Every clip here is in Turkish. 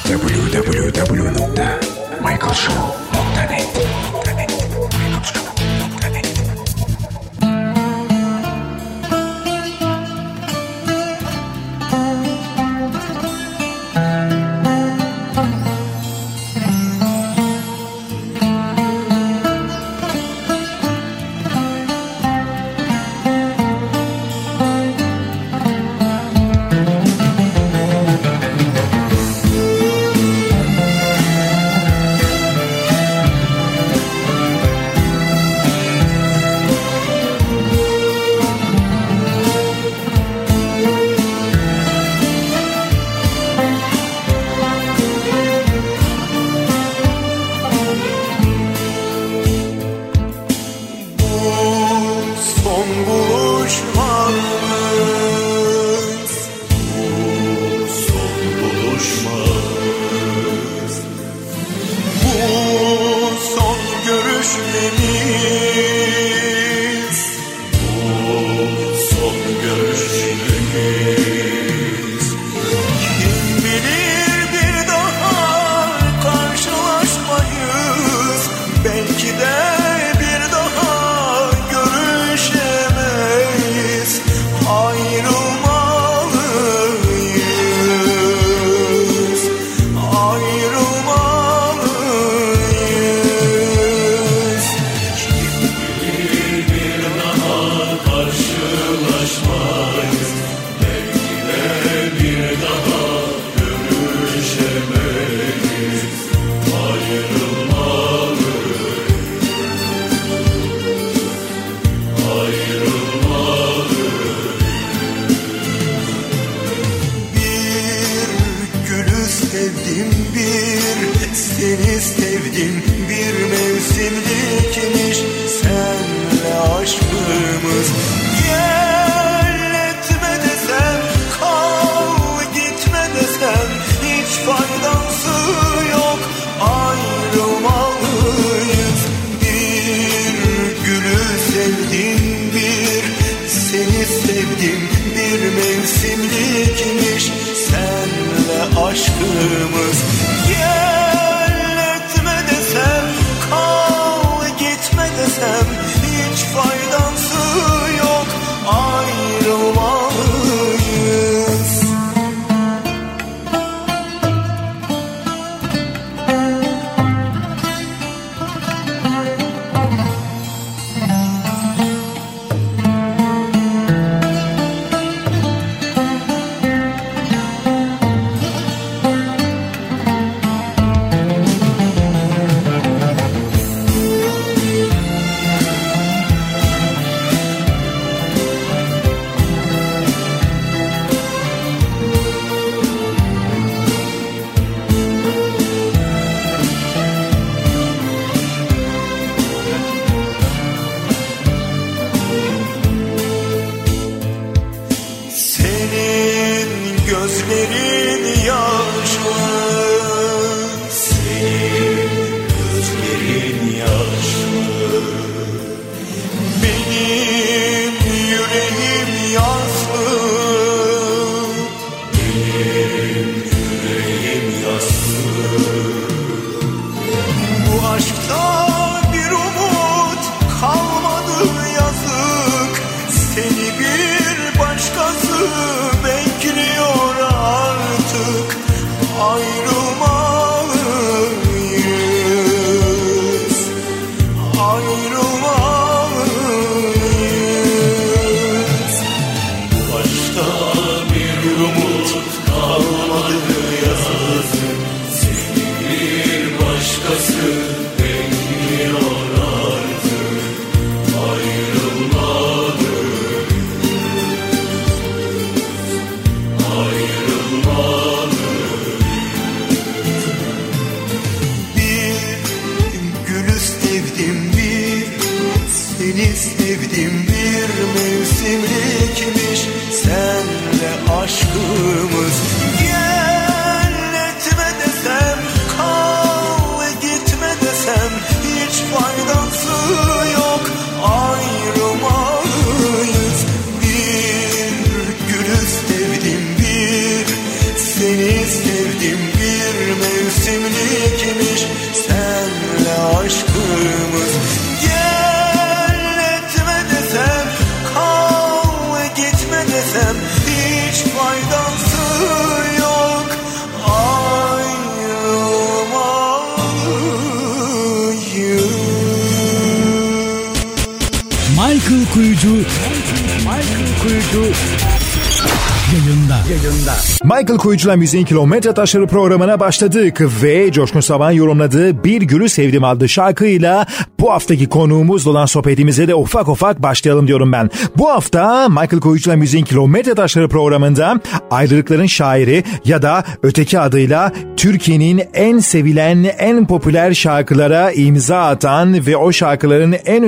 www.michaelshow.net. Seni sevdim bir mevsimlikmiş senle aşkımız. Gel etme desem, kal gitme desem hiç faydası yok. Ayrılmalıyım. Michael Kuyucu yayında. Michael Kuyucu'la Müziğin Kilometre Taşları programına başladık ve Coşkun Sabah'ın yorumladığı Bir Gülü Sevdim adlı şarkıyla bu haftaki konuğumuzla olan sohbetimize de ufak ufak başlayalım diyorum ben. Bu hafta Michael Kuyucu'la Müziğin Kilometre Taşları programında ayrılıkların şairi ya da öteki adıyla Türkiye'nin en sevilen, en popüler şarkılara imza atan ve o şarkıların en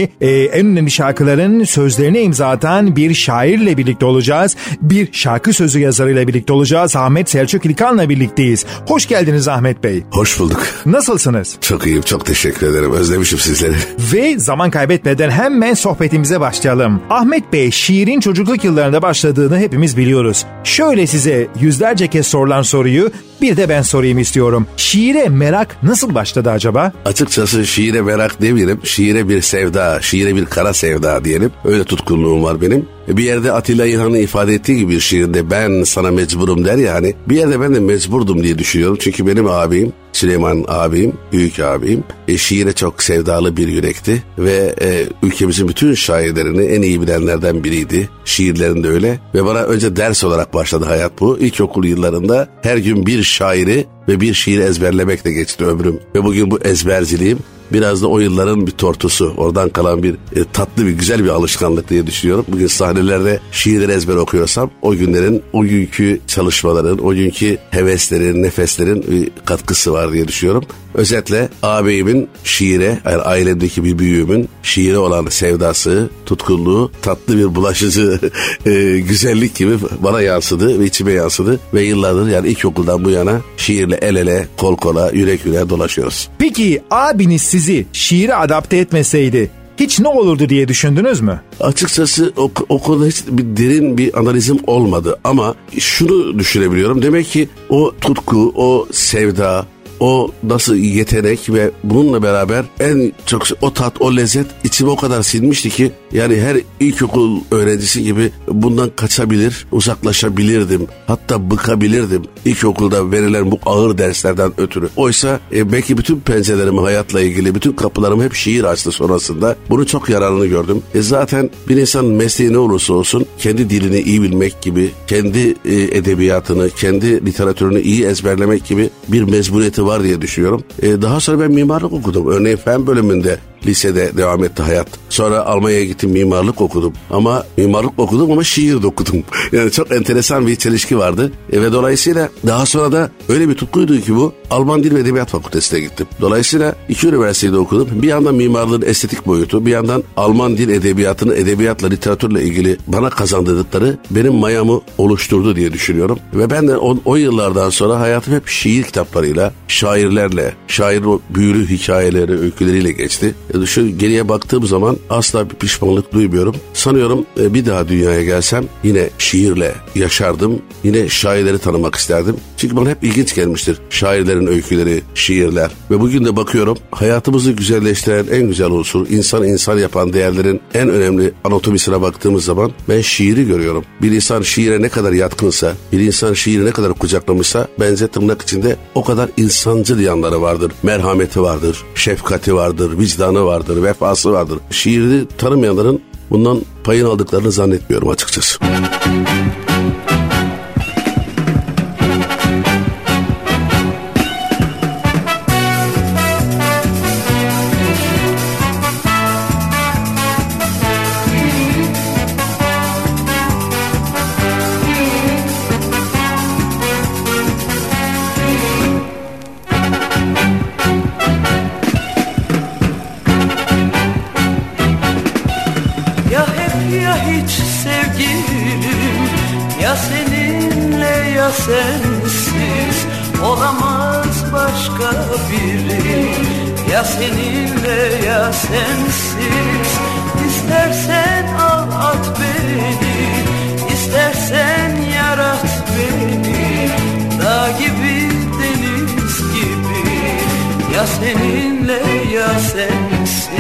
önemli şarkıların sözlerine imza atan bir şairle birlikte olacağız. Bir şarkı sözü yazarıyla birlikte olacağız. Ahmet Selçuk İlkan'la birlikteyiz. Hoş geldiniz Ahmet Bey. Hoş bulduk. Nasılsınız? Çok iyiyim, çok teşekkür ederim. Özlemişim sizleri. Ve zaman kaybetmeden hemen sohbetimize başlayalım. Ahmet Bey, şiirin çocukluk yıllarında başladığını hepimiz biliyoruz. Şöyle size yüzlerce kez sorulan soruyu bir de ben sorayım istiyorum. Şiire merak nasıl başladı acaba? Açıkçası şiire merak demeyelim. Şiire bir sevda, şiire bir kara sevda diyelim. Öyle tutkunluğum var benim. Bir yerde Atilla İlhan'ın ifade ettiği gibi bir şiirde ben sana mecburum der ya hani. Bir yerde ben de mecburdum diye düşünüyorum. Çünkü benim abim, Süleyman abim, büyük abim şiire çok sevdalı bir yürekti. Ve ülkemizin bütün şairlerini en iyi bilenlerden biriydi. Şiirlerinde öyle. Ve bana önce ders olarak başladı hayat bu. İlkokul yıllarında her gün bir şairi ve bir şiir ezberlemekle geçti ömrüm. Ve bugün bu ezberciliğim biraz da o yılların bir tortusu. Oradan kalan bir tatlı bir güzel bir alışkanlık diye düşünüyorum. Bugün sahnelerde şiirleri ezber okuyorsam o günlerin, o günkü çalışmaların, o günkü heveslerin, nefeslerin bir katkısı var diye düşünüyorum. Özetle ağabeyimin şiire, yani ailemdeki bir büyüğümün şiire olan sevdası, tutkunluğu, tatlı bir bulaşıcı güzellik gibi bana yansıdı ve içime yansıdı. Ve yıllardır yani ilkokuldan bu yana şiirle el ele, kol kola, yürek yüreğe dolaşıyoruz. Peki abiniz sizi şiire adapte etmeseydi hiç ne olurdu diye düşündünüz mü? Açıkçası o konuda hiç bir derin bir analizim olmadı ama şunu düşünebiliyorum. Demek ki o tutku, o sevda, o nasıl yetenek ve bununla beraber en çok o tat, o lezzet içime o kadar sinmişti ki yani her ilkokul öğrencisi gibi bundan kaçabilir, uzaklaşabilirdim. Hatta bıkabilirdim ilkokulda verilen bu ağır derslerden ötürü. Oysa belki bütün pencerelerimi hayatla ilgili, bütün kapılarımı hep şiir açtı sonrasında. Bunun çok yararını gördüm. Zaten bir insanın mesleği ne olursa olsun kendi dilini iyi bilmek gibi, kendi edebiyatını, kendi literatürünü iyi ezberlemek gibi bir mecburiyeti var diye düşünüyorum. Daha sonra ben mimarlık okudum. Örneğin fen bölümünde lisede devam etti hayat. Sonra Almanya'ya gittim, mimarlık okudum. Ama mimarlık okudum ama şiir de okudum. Yani çok enteresan bir çelişki vardı. Ve dolayısıyla daha sonra da öyle bir tutkuydu ki bu. Alman Dil ve Edebiyat Fakültesi'ne gittim. Dolayısıyla iki üniversitede okudum. Bir yandan mimarlığın estetik boyutu, bir yandan Alman dil edebiyatını, edebiyatla, literatürle ilgili bana kazandırdıkları benim mayamı oluşturdu diye düşünüyorum. Ve ben de o yıllardan sonra hayatım hep şiir kitaplarıyla, şairlerle, şairin o büyülü hikayeleri, öyküleriyle geçti. Şu geriye baktığım zaman asla bir pişmanlık duymuyorum. Sanıyorum bir daha dünyaya gelsem yine şiirle yaşardım. Yine şairleri tanımak isterdim. Çünkü bana hep ilginç gelmiştir şairlerin öyküleri, şiirler. Ve bugün de bakıyorum hayatımızı güzelleştiren en güzel unsur, insan yapan değerlerin en önemli anatomisine baktığımız zaman ben şiiri görüyorum. Bir insan şiire ne kadar yatkınsa, bir insan şiiri ne kadar kucaklamışsa bence tırnak içinde o kadar insancıl yanları vardır. Merhameti vardır, şefkati vardır, vicdanı vardır, vefası vardır. Şiiri tanımayanların bundan payını aldıklarını zannetmiyorum açıkçası. Sensiz olamaz başka biri, ya seninle ya sensiz. İstersen al at beni, istersen yarat beni. Dağ gibi deniz gibi ya seninle ya sensiz.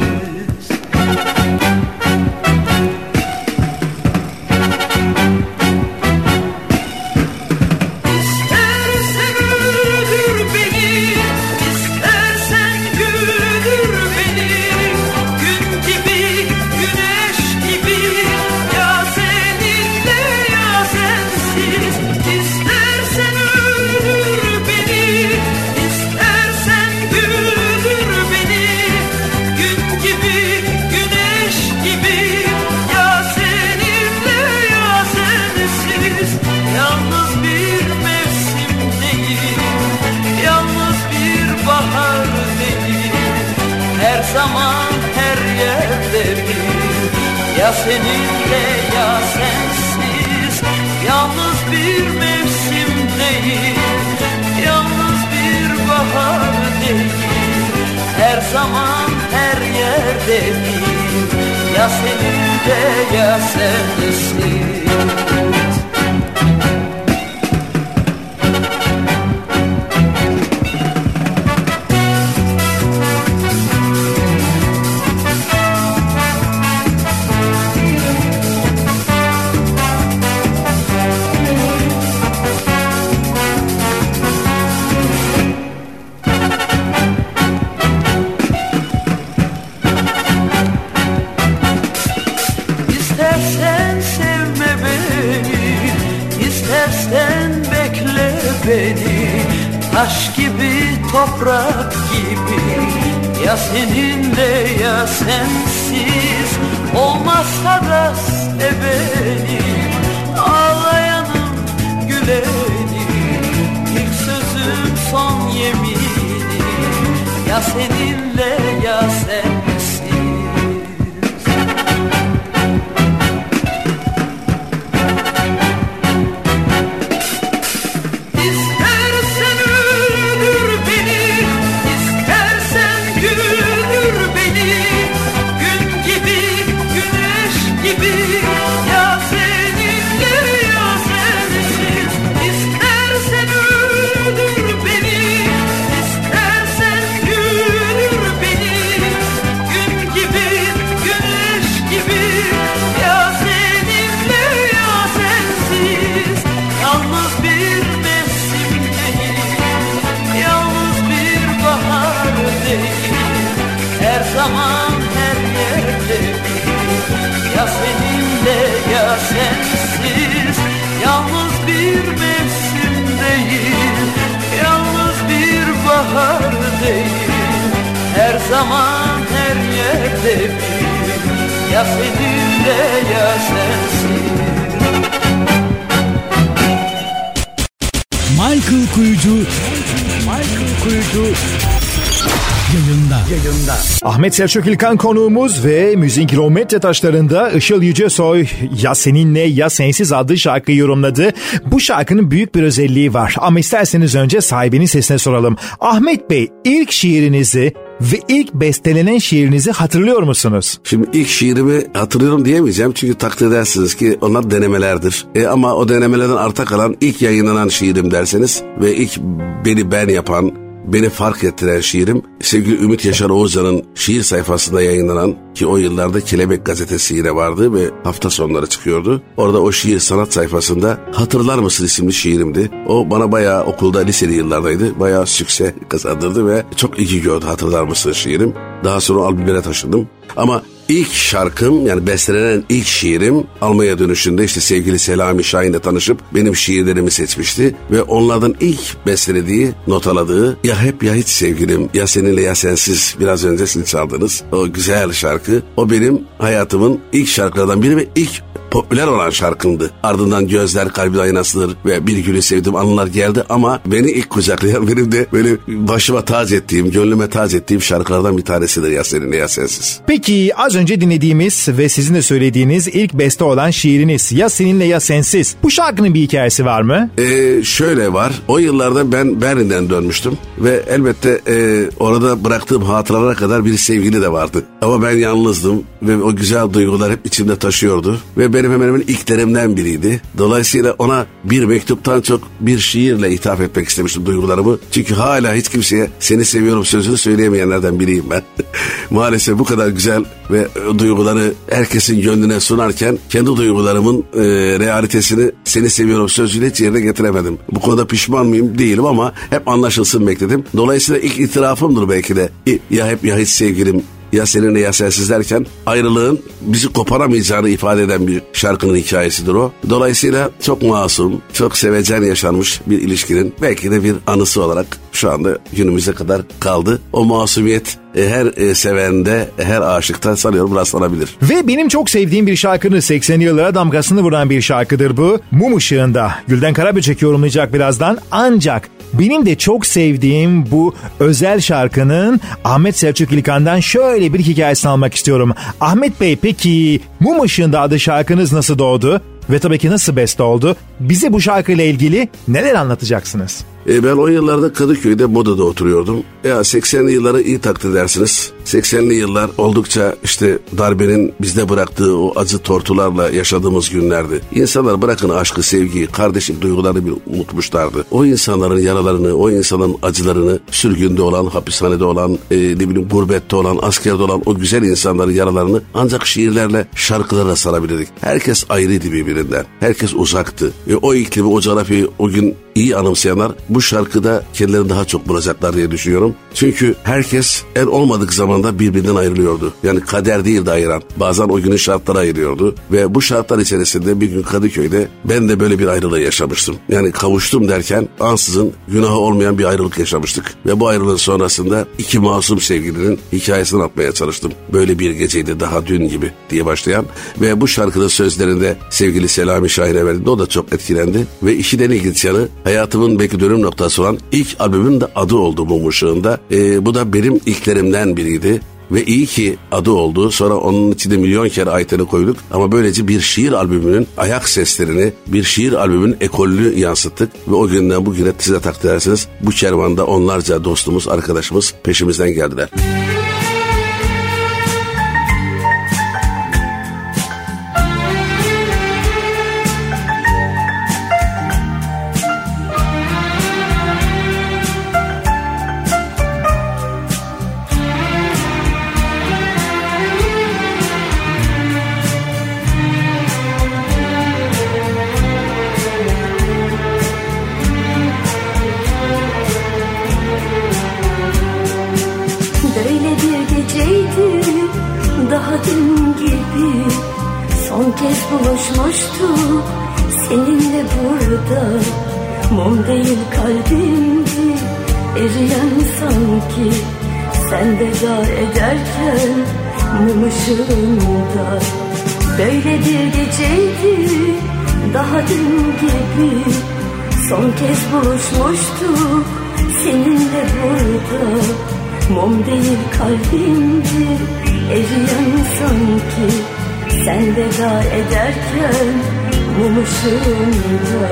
Ya seninle ya sensiz, yalnız bir mevsim değil, yalnız bir bahar değil, her zaman her yerde bir, ya seninle ya sensiz. beni, taş gibi toprak gibi. Ya seninle ya sensiz, olmazsa da sevenim, ağlayanım gülenim. İlk sözüm son yeminim, ya seninle ya sensiz. Zaman her yerde bir, ya seninle ya sensiz. Yalnız bir mevsim değil, yalnız bir bahar değil. Her zaman her yerde bir, ya seninle ya sensiz. Michael Kuyucu yayında. Ahmet Selçuk İlkan konuğumuz ve müziğin kilometre taşlarında Işıl Yücesoy Ya Seninle Ya Sensiz adlı şarkıyı yorumladı. Bu şarkının büyük bir özelliği var ama isterseniz önce sahibinin sesine soralım. Ahmet Bey, ilk şiirinizi ve ilk bestelenen şiirinizi hatırlıyor musunuz? Şimdi ilk şiirimi hatırlıyorum diyemeyeceğim çünkü takdir edersiniz ki onlar denemelerdir. Ama o denemelerden arta kalan ilk yayınlanan şiirim derseniz ve ilk ben yapan, beni fark ettiren şiirim sevgili Ümit Yaşar Oğuzcan'ın şiir sayfasında yayınlanan, ki o yıllarda Kelebek gazetesi yine vardı ve hafta sonları çıkıyordu. Orada o şiir sanat sayfasında Hatırlar Mısın isimli şiirimdi. O bana bayağı, okulda liseli yıllardaydı, bayağı sükse kazandırdı ve çok ilgi gördü Hatırlar Mısın şiirim. Daha sonra albümlere taşındım. Ama İlk şarkım, yani bestelenen ilk şiirim Almanya dönüşünde işte sevgili Selami Şahin'le tanışıp benim şiirlerimi seçmişti. Ve onlardan ilk bestelediği, notaladığı Ya Hep Ya Hiç Sevgilim, Ya Seninle Ya Sensiz, biraz önce siz çaldınız. O güzel şarkı. O benim hayatımın ilk şarkılardan biri ve ilk popüler olan şarkımdı. Ardından Gözler Kalbin Aynasıdır ve Bir Gülü Sevdim anılar geldi ama beni ilk kucaklayan, benim de böyle başıma tac ettiğim, gönlüme tac ettiğim şarkılardan bir tanesidir Ya Seninle Ya Sensiz. Peki az önce dinlediğimiz ve sizin de söylediğiniz ilk beste olan şiiriniz Ya Seninle Ya Sensiz. Bu şarkının bir hikayesi var mı? Şöyle var. O yıllarda ben Berlin'den dönmüştüm ve elbette orada bıraktığım hatıralara kadar bir sevgili de vardı. Ama ben yalnızdım ve o güzel duygular hep içimde taşıyordu ve benim hemen hemen ilklerimden biriydi. Dolayısıyla ona bir mektuptan çok bir şiirle ithaf etmek istemiştim duygularımı. Çünkü hala hiç kimseye seni seviyorum sözünü söyleyemeyenlerden biriyim ben. Maalesef bu kadar güzel ve duyguları herkesin gönlüne sunarken kendi duygularımın realitesini seni seviyorum sözüyle hiç yerine getiremedim. Bu konuda pişman mıyım? Değilim ama hep anlaşılsın bekledim. Dolayısıyla ilk itirafımdır belki de. Ya hep ya hiç sevgilim, ya seninle ya sensiz derken ayrılığın bizi koparamayacağını ifade eden bir şarkının hikayesidir o. Dolayısıyla çok masum, çok sevecen yaşanmış bir ilişkinin belki de bir anısı olarak şu anda günümüze kadar kaldı. O masumiyet her sevende, her aşıkta sanıyorum rastlanabilir. Ve benim çok sevdiğim bir şarkının 80'li yıllara damgasını vuran bir şarkıdır bu. Mum Işığında. Gülden Karaböcek yorumlayacak birazdan. Ancak benim de çok sevdiğim bu özel şarkının Ahmet Selçuk İlkan'dan şöyle bir hikayesini almak istiyorum. Ahmet Bey, peki Mum Işığında adlı şarkınız nasıl doğdu? Ve tabii ki nasıl beste oldu? Bize bu şarkıyla ilgili neler anlatacaksınız? Ben o yıllarda Kadıköy'de Moda'da oturuyordum. 80'li yılları iyi takdir edersiniz. 80'li yıllar oldukça işte darbenin bizde bıraktığı o acı tortularla yaşadığımız günlerdi. İnsanlar bırakın aşkı, sevgiyi, kardeşlik duygularını bir unutmuşlardı. O insanların yaralarını, o insanın acılarını, sürgünde olan, hapishanede olan, gurbette olan, askerde olan o güzel insanların yaralarını ancak şiirlerle, şarkılarla sarabilirdik. Herkes ayrıydı birbirinden. Herkes uzaktı. O iklimi, o coğrafyayı o gün iyi anımsayanlar bu şarkıda kendilerini daha çok bulacaklar diye düşünüyorum. Çünkü herkes en olmadık zamanda birbirinden ayrılıyordu. Yani kader değildi ayıran. Bazen o günün şartları ayırıyordu. Ve bu şartlar içerisinde bir gün Kadıköy'de ben de böyle bir ayrılığı yaşamıştım. Yani kavuştum derken ansızın günahı olmayan bir ayrılık yaşamıştık. Ve bu ayrılığın sonrasında iki masum sevgilinin hikayesini atmaya çalıştım. Böyle bir geceydi daha dün gibi diye başlayan ve bu şarkının sözlerinde sevgili Selami Şahin'e verdiğinde o da çok etkilendi. Ve işin ilginç yanı hayatımın belki dönüm noktası olan ilk albümün de adı oldu Mum Işığında. Bu da benim ilklerimden biriydi. Ve iyi ki adı oldu. Sonra onun içinde milyon kere Ayten'i koyduk. Ama böylece bir şiir albümünün ayak seslerini, bir şiir albümünün ekolünü yansıttık. Ve o günden bugüne size takdir edersiniz bu kervanda onlarca dostumuz, arkadaşımız peşimizden geldiler. Buluşmuştuk seninle burada. Mum değil kalbimdi eriyen sanki. Sen veda ederken mum ışığında. Böyle bir geceydi daha dün gibi. Son kez buluşmuştuk seninle burada. Mum değil kalbimdi eriyen sanki. Sen veda ederken mum ışığında.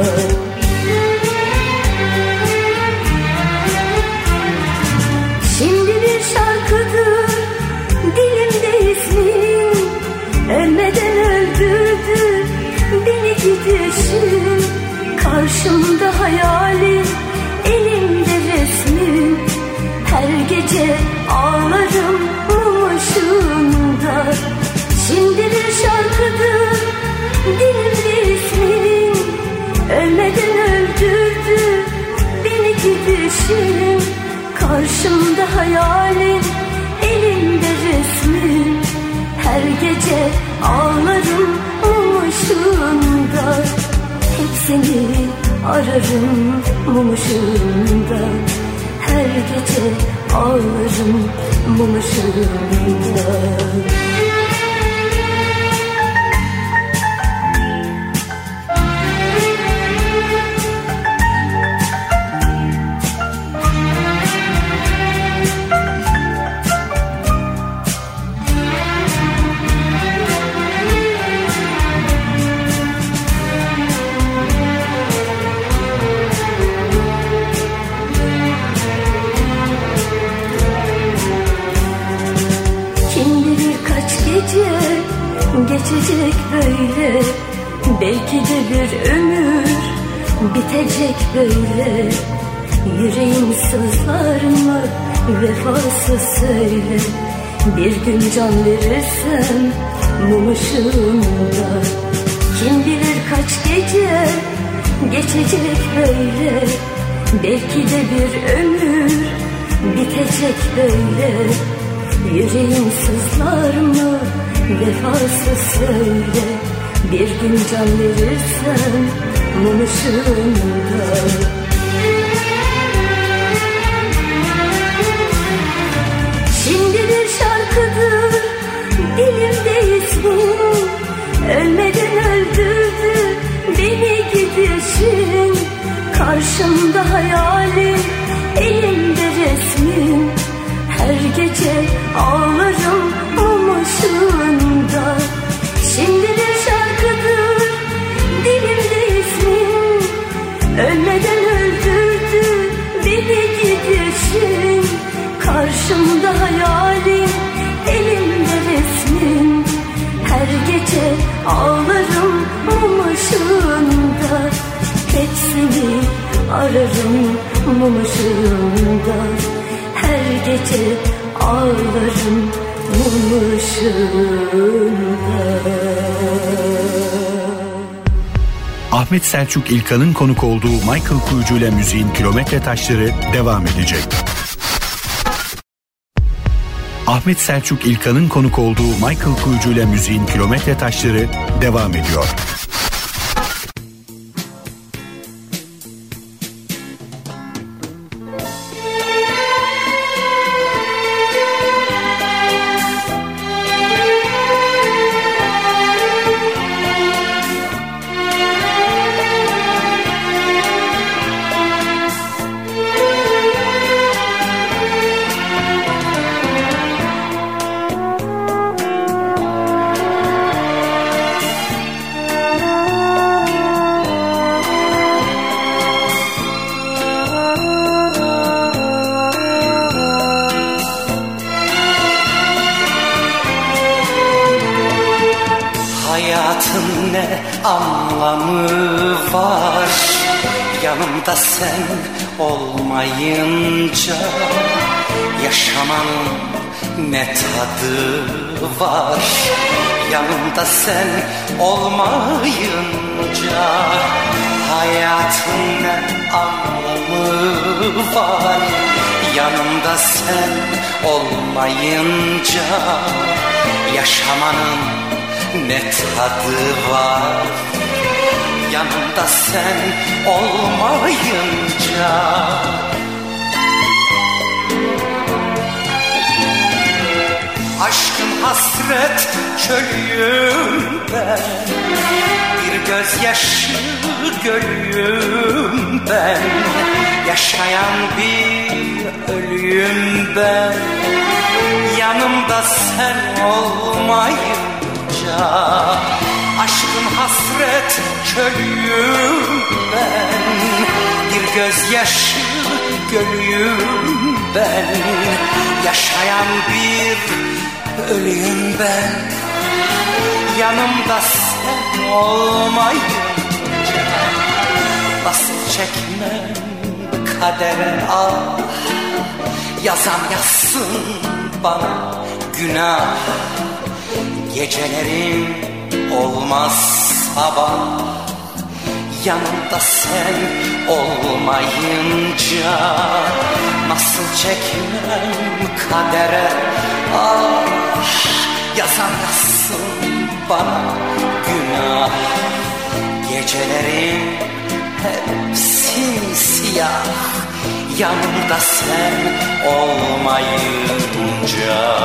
Şimdi bir şarkıdır dilimde ismin. Ölmeden öldürdü beni gidişin. Karşımda hayalin, elimde resmin. Her gece ağlarım mum ışığında. Şimdi bir şarkıdır dilimde ismin. Ölmeden öldürdü beni gidişin. Karşımda hayalin, elimde resmin. Her gece ağlarım mum ışığında. Hep seni ararım mum ışığında. Her gece ağlarım mum ışığında. Geçecek böyle belki de bir ömür bitecek böyle. Yüreğim sızlar mı vefasız söyle. Bir gün can verirsem mum ışığında, kim bilir kaç gece geçecek böyle. Belki de bir ömür bitecek böyle. Yüreğim sızlar mı vefasız söyle. Bir gün can verirsem mum ışığında. Şimdi bir şarkıdır dilimde ismin, ölmeden öldürdü beni gidişin. Karşımda hayalin, elimde resmin. Her gece ağlarım mum ışığında. Şimdi bir şarkıdır dilimde ismin, ölmeden öldürdü beni gidişin. Karşımda hayalin, elimde resmin. Her gece ağlarım mum ışığında. Hep seni ararım mum ışığında. Her gece ağlarım mum ışığında. Ahmet Selçuk İlkan'ın konuk olduğu Michael Kuyucu ile müziğin kilometre taşları devam edecek. Ahmet Selçuk İlkan'ın konuk olduğu Michael Kuyucu ile müziğin kilometre taşları devam ediyor. Yanımda sen olmayınca yaşamanın ne tadı var. Yanımda sen olmayınca hayatın ne anlamı var. Yanımda sen olmayınca yaşamanın ne tadı var. Yanımda sen olmayınca aşkın hasret çölüyüm ben, bir gözyaşı gölüyüm ben. Yaşayan bir ölüyüm ben, yanımda sen olmayınca. Aşkın hasret çölüyüm ben, bir gözyaşı gölüyüm ben. Yaşayan bir ölüyüm ben, yanımda sen olmayınca. Nasıl çekmem kadere ah, yazan yazsın bana günah. Gecelerim olmaz sabah, yanımda sen olmayınca. Nasıl çekmem kadere ah, yazan yazsın bana günah. Gecelerim hep simsiyah, yanımda sen olmayınca.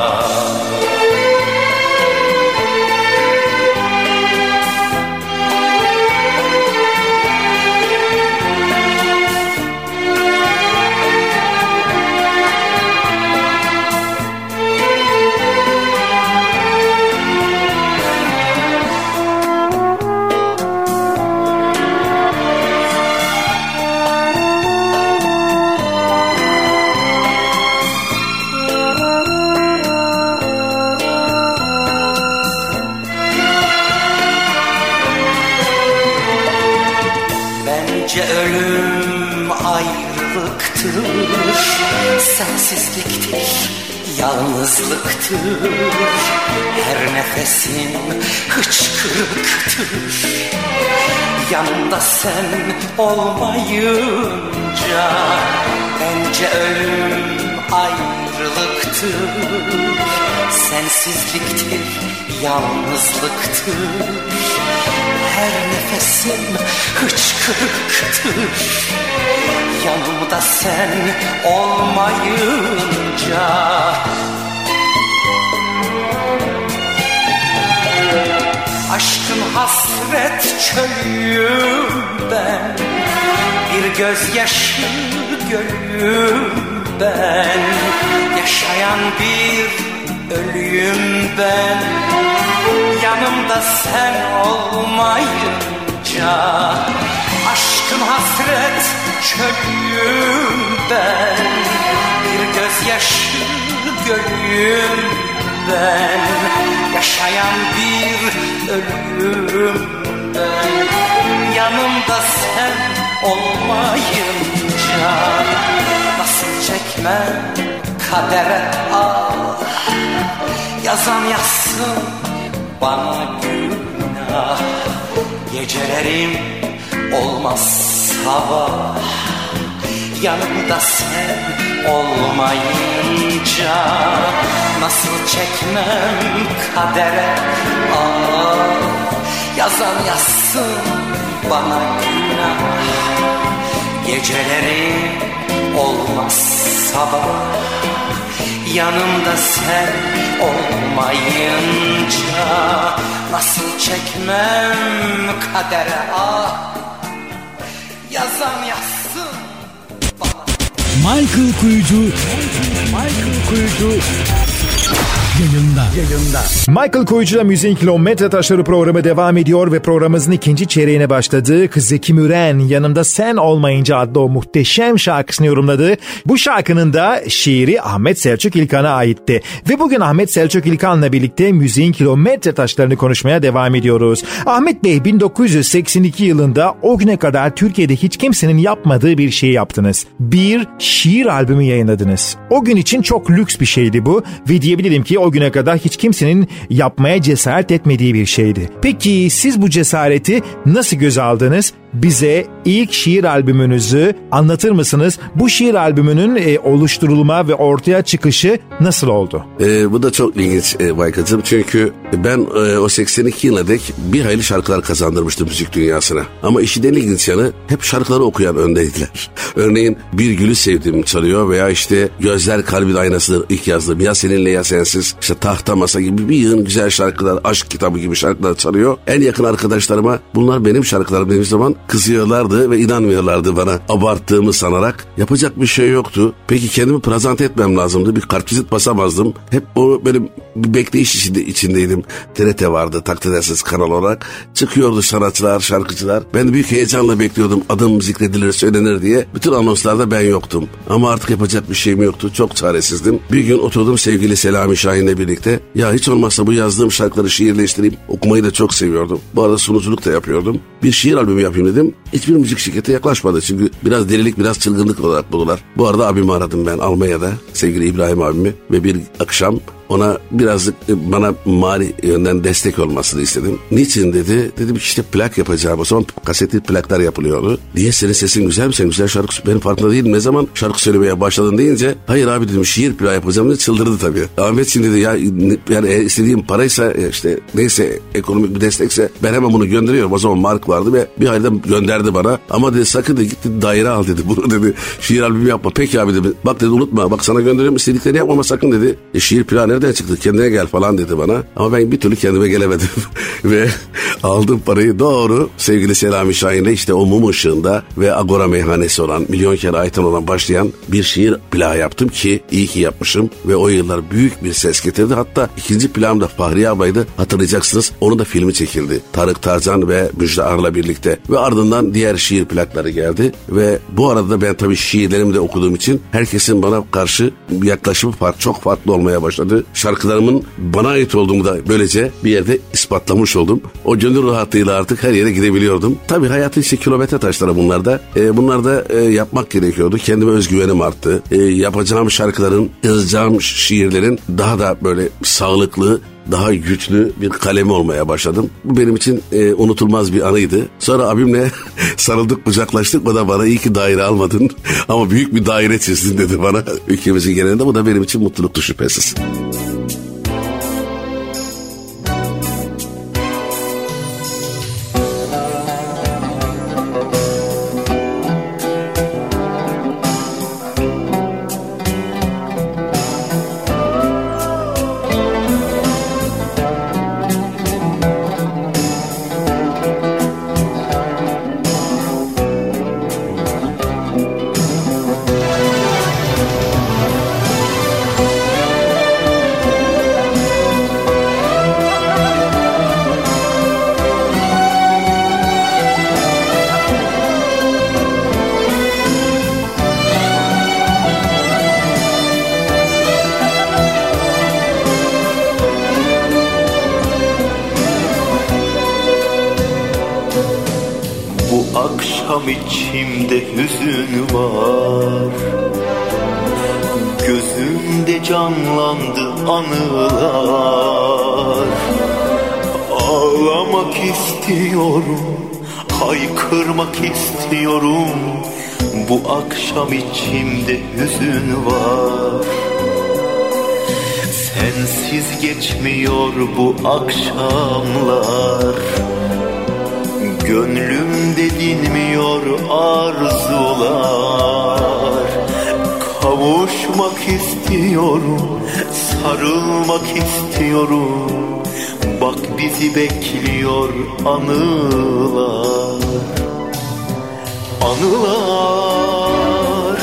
yalnızlıktır, sensizliktir, yalnızlıktır. Her nefesim hıçkırıktır. Yanımda sen olmayınca bence ölüm ayrılıktır. Sensizliktir, yalnızlıktır. Her nefesim hıçkırıktır. Yanımda sen olmayınca. Aşkın hasret çölüyüm ben, bir gözyaşı gölüyüm ben. Yaşayan bir ölüyüm ben, yanımda sen olmayınca. Aşkın hasret çölüyüm ben, bir gözyaşı gölüyüm ben. Yaşayan bir ölüyüm ben, yanımda sen olmayınca. Nasıl çekmem kadere ah, yazan yazsın bana günah. Gecelerim olmaz sabah, yanımda sen olmayınca. Nasıl çekmem kadere ah, yazan yazsın bana günah. Gecelerim olmaz sabah, yanımda sen olmayınca. Nasıl çekmem kadere ah, yazan yazsın bana. Michael Kuyucu yayında. Michael Kuyucu'la Müziğin Kilometre Taşları programı devam ediyor ve programımızın ikinci çeyreğine başladık. Zeki Müren Yanımda Sen Olmayınca adlı o muhteşem şarkısını yorumladı. Bu şarkının da şiiri Ahmet Selçuk İlkan'a aitti. Ve bugün Ahmet Selçuk İlkan'la birlikte Müziğin Kilometre Taşlarını konuşmaya devam ediyoruz. Ahmet Bey 1982 yılında o güne kadar Türkiye'de hiç kimsenin yapmadığı bir şey yaptınız. Bir şiir albümü yayınladınız. O gün için çok lüks bir şeydi bu ve diyebilirim ki o güne kadar hiç kimsenin yapmaya cesaret etmediği bir şeydi. Peki siz bu cesareti nasıl göze aldınız? Bize ilk şiir albümünüzü anlatır mısınız? Bu şiir albümünün oluşturulma ve ortaya çıkışı nasıl oldu? Bu da çok ilginç Baykan'cığım. Çünkü ben o 82 yılına dek bir hayli şarkılar kazandırmıştım müzik dünyasına. Ama işin en ilginç yanı hep şarkıları okuyan öndeydiler. Örneğin Bir Gülü Sevdim çalıyor veya işte Gözler Kalbin Aynasıdır ilk yazdığım, Ya Seninle Ya Sensiz, işte Tahta Masa gibi bir yığın güzel şarkılar, Aşk Kitabı gibi şarkılar çalıyor. En yakın arkadaşlarıma bunlar benim şarkılarım dediğim zaman kızıyorlardı ve inanmıyorlardı bana abarttığımı sanarak. Yapacak bir şey yoktu. Peki kendimi prezente etmem lazımdı. Bir kartvizit basamazdım. Hep o böyle bir bekleyiş içindeydim. TRT vardı takdir edersiniz kanal olarak. Çıkıyordu sanatçılar, şarkıcılar. Ben de büyük heyecanla bekliyordum. Adım zikredilir, söylenir diye. Bütün anonslarda ben yoktum. Ama artık yapacak bir şeyim yoktu. Çok çaresizdim. Bir gün oturdum sevgili Selami Şahin'le birlikte. Ya hiç olmazsa bu yazdığım şarkıları şiirleştireyim. Okumayı da çok seviyordum. Bu arada sunuculuk da yapıyordum. Bir şiir albümü yapayım dedim. Hiçbir müzik şirketi yaklaşmadı. Çünkü biraz delilik, biraz çılgınlık olarak buldular. Bu arada abimi aradım ben Almanya'da. Sevgili İbrahim abimi. Ve bir akşam ona birazcık bana mali yönden destek olmasını istedim. Niçin dedi? Dedim işte plak yapacağım. O zaman kasetli plaklar yapılıyordu. Niye senin sesin güzel mi? Sen güzel şarkı... Benim farkında değilim. Ne zaman şarkı söylemeye başladın deyince hayır abi dedim şiir plak yapacağım dedi. Çıldırdı tabii. Ahmet şimdi dedi ya yani istediğim paraysa işte neyse ekonomik bir destekse ben hemen bunu gönderiyorum. O zaman mark vardı ve bir ayda gönderdi bana. Ama dedi sakın dedi git dedi, daire al dedi. Bunu dedi şiir albümü yapma. Peki abi dedi. Bak dedi unutma. Bak sana gönderiyorum istediklerini yapmama sakın dedi. Şiir plak nereden çıktı? Kendine gel falan dedi bana. Ama ben bir türlü kendime gelemedim. Ve aldım parayı doğru sevgili Selami Şahin'le işte o mum ışığında ve Agora meyhanesi olan milyon kere aytan olan başlayan bir şiir plağı yaptım ki iyi ki yapmışım. Ve o yıllar büyük bir ses getirdi. Hatta ikinci plağım da Fahriye ablaydı. Hatırlayacaksınız. Onun da filmi çekildi. Tarık Tarzan ve Müjde Ar'la birlikte. Ve ardından diğer şiir plakları geldi. Ve bu arada ben tabii şiirlerimi de okuduğum için herkesin bana karşı yaklaşımı çok farklı olmaya başladı. şarkılarımın bana ait olduğumu da böylece bir yerde ispatlamış oldum. O gönül rahatlığıyla artık her yere gidebiliyordum. Tabii hayatın işte kilometre taşları bunlar da. Bunlar da yapmak gerekiyordu. Kendime özgüvenim arttı. Yapacağım şarkıların, yazacağım şiirlerin daha da böyle sağlıklı, daha güçlü bir kalemi olmaya başladım. Bu benim için unutulmaz bir anıydı. Sonra abimle sarıldık, kucaklaştık. O da bana iyi ki daire almadın ama büyük bir daire çizdin dedi bana ülkemizin genelinde. Bu da benim için mutluluktu şüphesiz. Akşam içimde hüzün var, gözümde canlandı anılar. Ağlamak istiyorum, haykırmak istiyorum. Bu akşam içimde hüzün var. Sensiz geçmiyor bu akşamlar. Gönlümde dinmiyor arzular. Kavuşmak istiyorum, sarılmak istiyorum. Bak bizi bekliyor anılar. Anılar,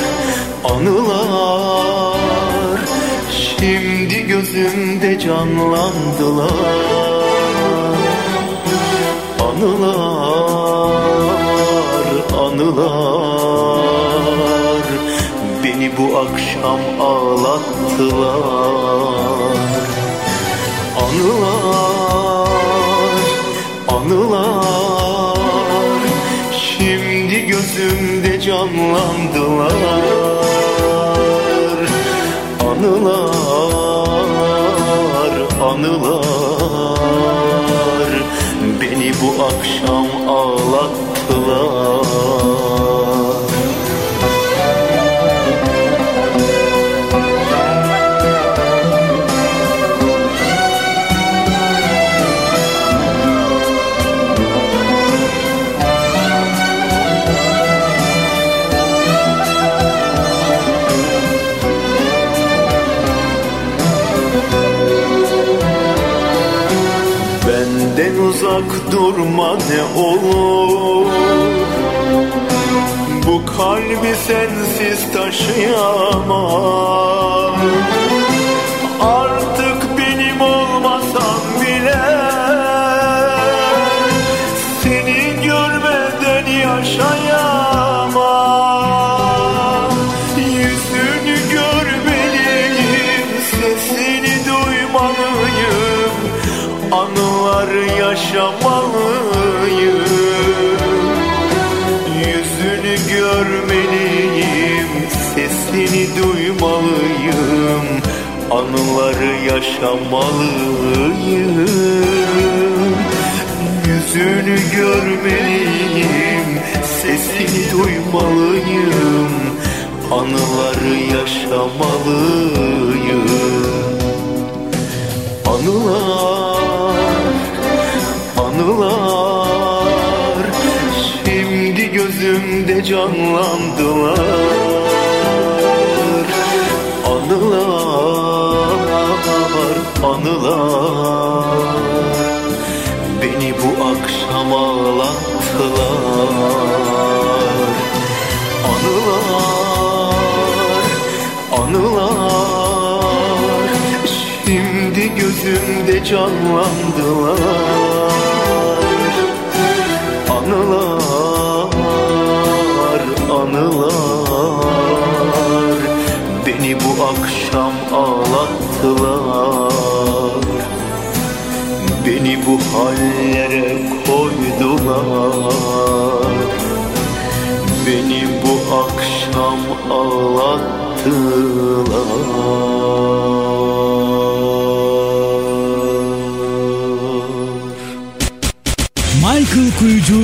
anılar, şimdi gözümde canlandılar. Anılar, anılar, beni bu akşam ağlattılar. Anılar, anılar, şimdi gözümde canlandılar. Anılar, anılar, beni bu akşam ağlattılar. Benden uzak durma ne olur, bu kalbi sensiz taşıyamam. Artık benim olmasan bile seni görmeden yaşayamam. Yüzünü görmeliyim, sesini duymalıyım. Anılar yaşamalıyım. Yüzünü görmeliyim, sesini duymalıyım. Anıları yaşamalıyım. Yüzünü görmeliyim, sesini duymalıyım. Anıları yaşamalıyım. Anılar, anılar, şimdi gözümde canlandılar. Anılar, anılar, beni bu akşam ağlattılar. Anılar, anılar, şimdi gözümde canlandılar. Anılar, anılar, beni bu akşam ağlattılar, beni bu hallere koydular. Beni bu akşam ağlattılar. Michael Kuyucu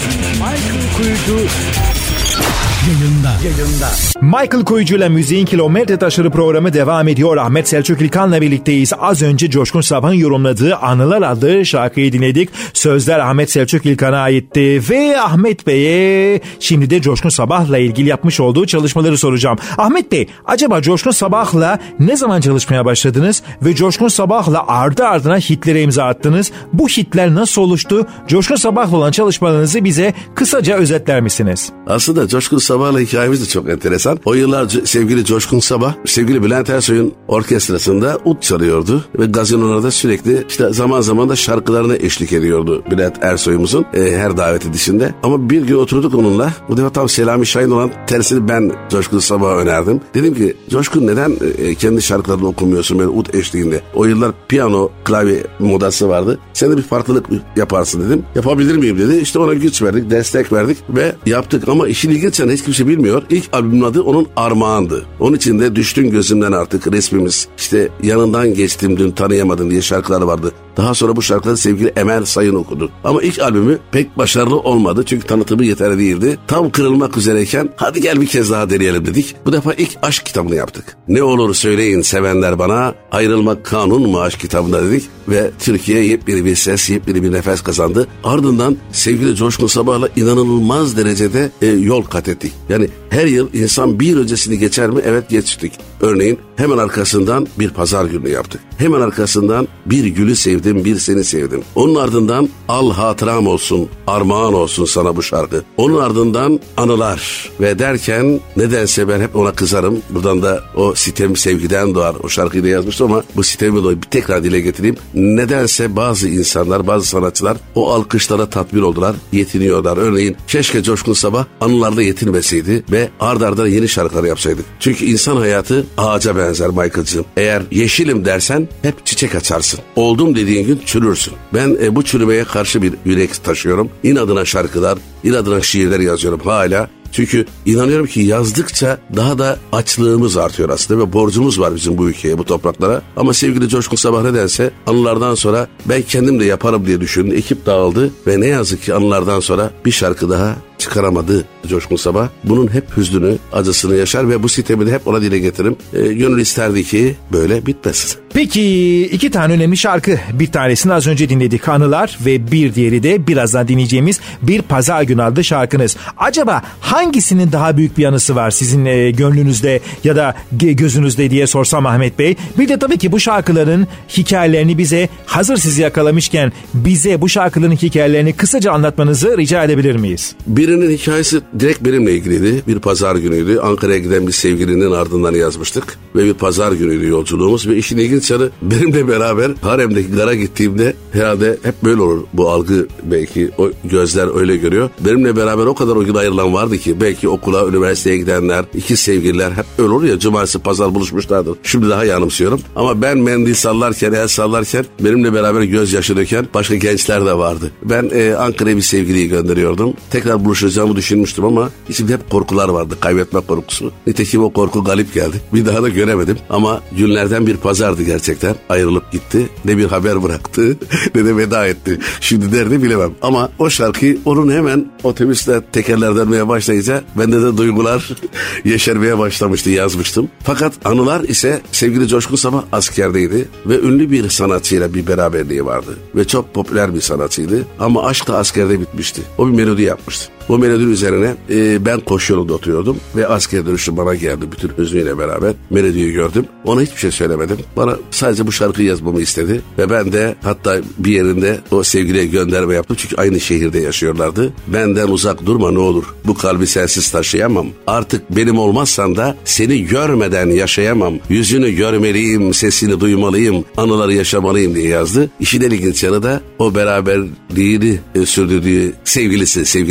yayında. Michael Kuyucu ile Müziğin Kilometre Taşları programı devam ediyor. Ahmet Selçuk İlkan'la birlikteyiz. Az önce Coşkun Sabah'ın yorumladığı Anılar adlı şarkıyı dinledik. Sözler Ahmet Selçuk İlkan'a aitti. Ve Ahmet Bey'e şimdi de Coşkun Sabah'la ilgili yapmış olduğu çalışmaları soracağım. Ahmet Bey, acaba Coşkun Sabah'la ne zaman çalışmaya başladınız? Ve Coşkun Sabah'la ardı ardına hitlere imza attınız. Bu hitler nasıl oluştu? Coşkun Sabah'la olan çalışmalarınızı bize kısaca özetler misiniz? Aslında Coşkun Sabah'la hikayemiz de çok enteresan. O yıllar sevgili Coşkun Sabah, sevgili Bülent Ersoy'un orkestrasında ut çalıyordu ve gazinolarda sürekli işte zaman zaman da şarkılarına eşlik ediyordu Bülent Ersoy'umuzun her davet edişinde. Ama bir gün oturduk onunla. Bu defa tam Selami Şahin olan tersini ben Coşkun Sabah'a önerdim. Dedim ki Coşkun, neden kendi şarkılarını okumuyorsun böyle ut eşliğinde? O yıllar piyano, klavye modası vardı. Sen de bir farklılık yaparsın dedim. Yapabilir miyim dedi. İşte ona güç verdik, destek verdik ve yaptık. Ama işin ilginç yanı hiç kimse bilmiyor. İlk albümün adı onun Armağan'dı. Onun içinde Düştün Gözümden Artık, resmimiz, işte Yanından Geçtim Dün Tanıyamadın diye şarkılar vardı. Daha sonra bu şarkıları sevgili Emel Sayın okudu. Ama ilk albümü pek başarılı olmadı çünkü tanıtımı yeterli değildi. Tam kırılmak üzereyken hadi gel bir kez daha deneyelim dedik. Bu defa ilk aşk kitabını yaptık. Ne olur söyleyin sevenler bana, ayrılmak kanun mu aşk kitabında dedik. Ve Türkiye yepyeni bir ses, yepyeni bir nefes kazandı. Ardından sevgili Coşkun Sabah'la inanılmaz derecede yol kat ettik. Yani her yıl insan bir yıl öncesini geçer mi? Evet, geçtik. Örneğin hemen arkasından bir pazar günü yaptık. Hemen arkasından bir gülü sevdim, bir seni sevdim. Onun ardından al hatıram olsun, armağan olsun sana bu şarkı. Onun ardından anılar ve derken nedense ben hep ona kızarım. Buradan da o sitem sevgiden doğar. O şarkıyı da yazmıştım ama bu sitemi de bir tekrar dile getireyim. Nedense bazı insanlar, bazı sanatçılar o alkışlara tatmin oldular, yetiniyorlar. Örneğin keşke Coşkun Sabah anılarda yetinmeseydi ve ard arda yeni şarkılar yapsaydı. Çünkü insan hayatı ağaca benzer Michael'cığım. Eğer yeşilim dersen hep çiçek açarsın. Oldum dediğin gün çürürsün. Ben bu çürümeye karşı bir yürek taşıyorum. İnadına şarkılar, inadına şiirler yazıyorum hala. Çünkü inanıyorum ki yazdıkça daha da açlığımız artıyor aslında ve borcumuz var bizim bu ülkeye, bu topraklara. Ama sevgili Coşkun Sabah nedense anılardan sonra ben kendim de yaparım diye düşündü. Ekip dağıldı ve ne yazık ki anılardan sonra bir şarkı daha çıkaramadı Coşkun Sabah. Bunun hep hüznünü, acısını yaşar ve bu sitemi de hep ona dile getiririm. Gönül isterdi ki böyle bitmesin. Peki iki tane önemli şarkı. Bir tanesini az önce dinledik, Anılar, ve bir diğeri de birazdan dinleyeceğimiz Bir Pazar Günü adlı şarkınız. Acaba hangisinin daha büyük bir anısı var sizin gönlünüzde ya da gözünüzde diye sorsam Ahmet Bey. Bir de tabii ki bu şarkıların hikayelerini bize, hazır sizi yakalamışken bize bu şarkıların hikayelerini kısaca anlatmanızı rica edebilir miyiz? Birinin hikayesi direkt benimle ilgiliydi. Bir pazar günüydü. Ankara'ya giden bir sevgilinin ardından yazmıştık. Ve bir pazar günüydü yolculuğumuz. Ve işin ilginç yanı benimle beraber haremdeki gara gittiğimde herhalde hep böyle olur bu algı, belki o gözler öyle görüyor. Benimle beraber o kadar o gün ayrılan vardı ki belki okula, üniversiteye gidenler, iki sevgililer hep öyle olur ya, cumartesi pazar buluşmuşlardır. Şimdi daha yanımsıyorum. Ama ben mendil sallarken, el sallarken benimle beraber gözyaşı döken başka gençler de vardı. Ben Ankara'ya bir sevgiliyi gönderiyordum. Tekrar buluşacağımı düşünmüştüm ama içimde hep korkular vardı. Kaybetme korkusu. Nitekim o korku galip geldi. Bir daha da göremedim. Ama günlerden bir pazardı gerçekten. Ayrılıp gitti. Ne bir haber bıraktı ne de veda etti. Şimdi nerede bilemem. Ama o şarkıyı onun hemen otobüsle tekerler dönmeye başlayınca bende de duygular yeşermeye başlamıştı, yazmıştım. Fakat Anılar ise sevgili Coşkun Sabah askerdeydi ve ünlü bir sanatçıyla bir beraberliği vardı. Ve çok popüler bir sanatçıydı. Ama aşk da askerde bitmişti. O bir melodi yapmıştı. Bu melodinin üzerine ben koşu yolunda oturuyordum ve asker dönüşü bana geldi bütün hüznüyle beraber. Melodiyi gördüm. Ona hiçbir şey söylemedim. Bana sadece bu şarkıyı yazmamı istedi. Ve ben de hatta bir yerinde o sevgiliye gönderme yaptım. Çünkü aynı şehirde yaşıyorlardı. Benden uzak durma ne olur. Bu kalbi sensiz taşıyamam. Artık benim olmazsan da seni görmeden yaşayamam. Yüzünü görmeliyim, sesini duymalıyım, anıları yaşamalıyım diye yazdı. İşin ilginç yanı da o beraberliğini sürdürdüğü sevgilisi, sevgili arkadaşı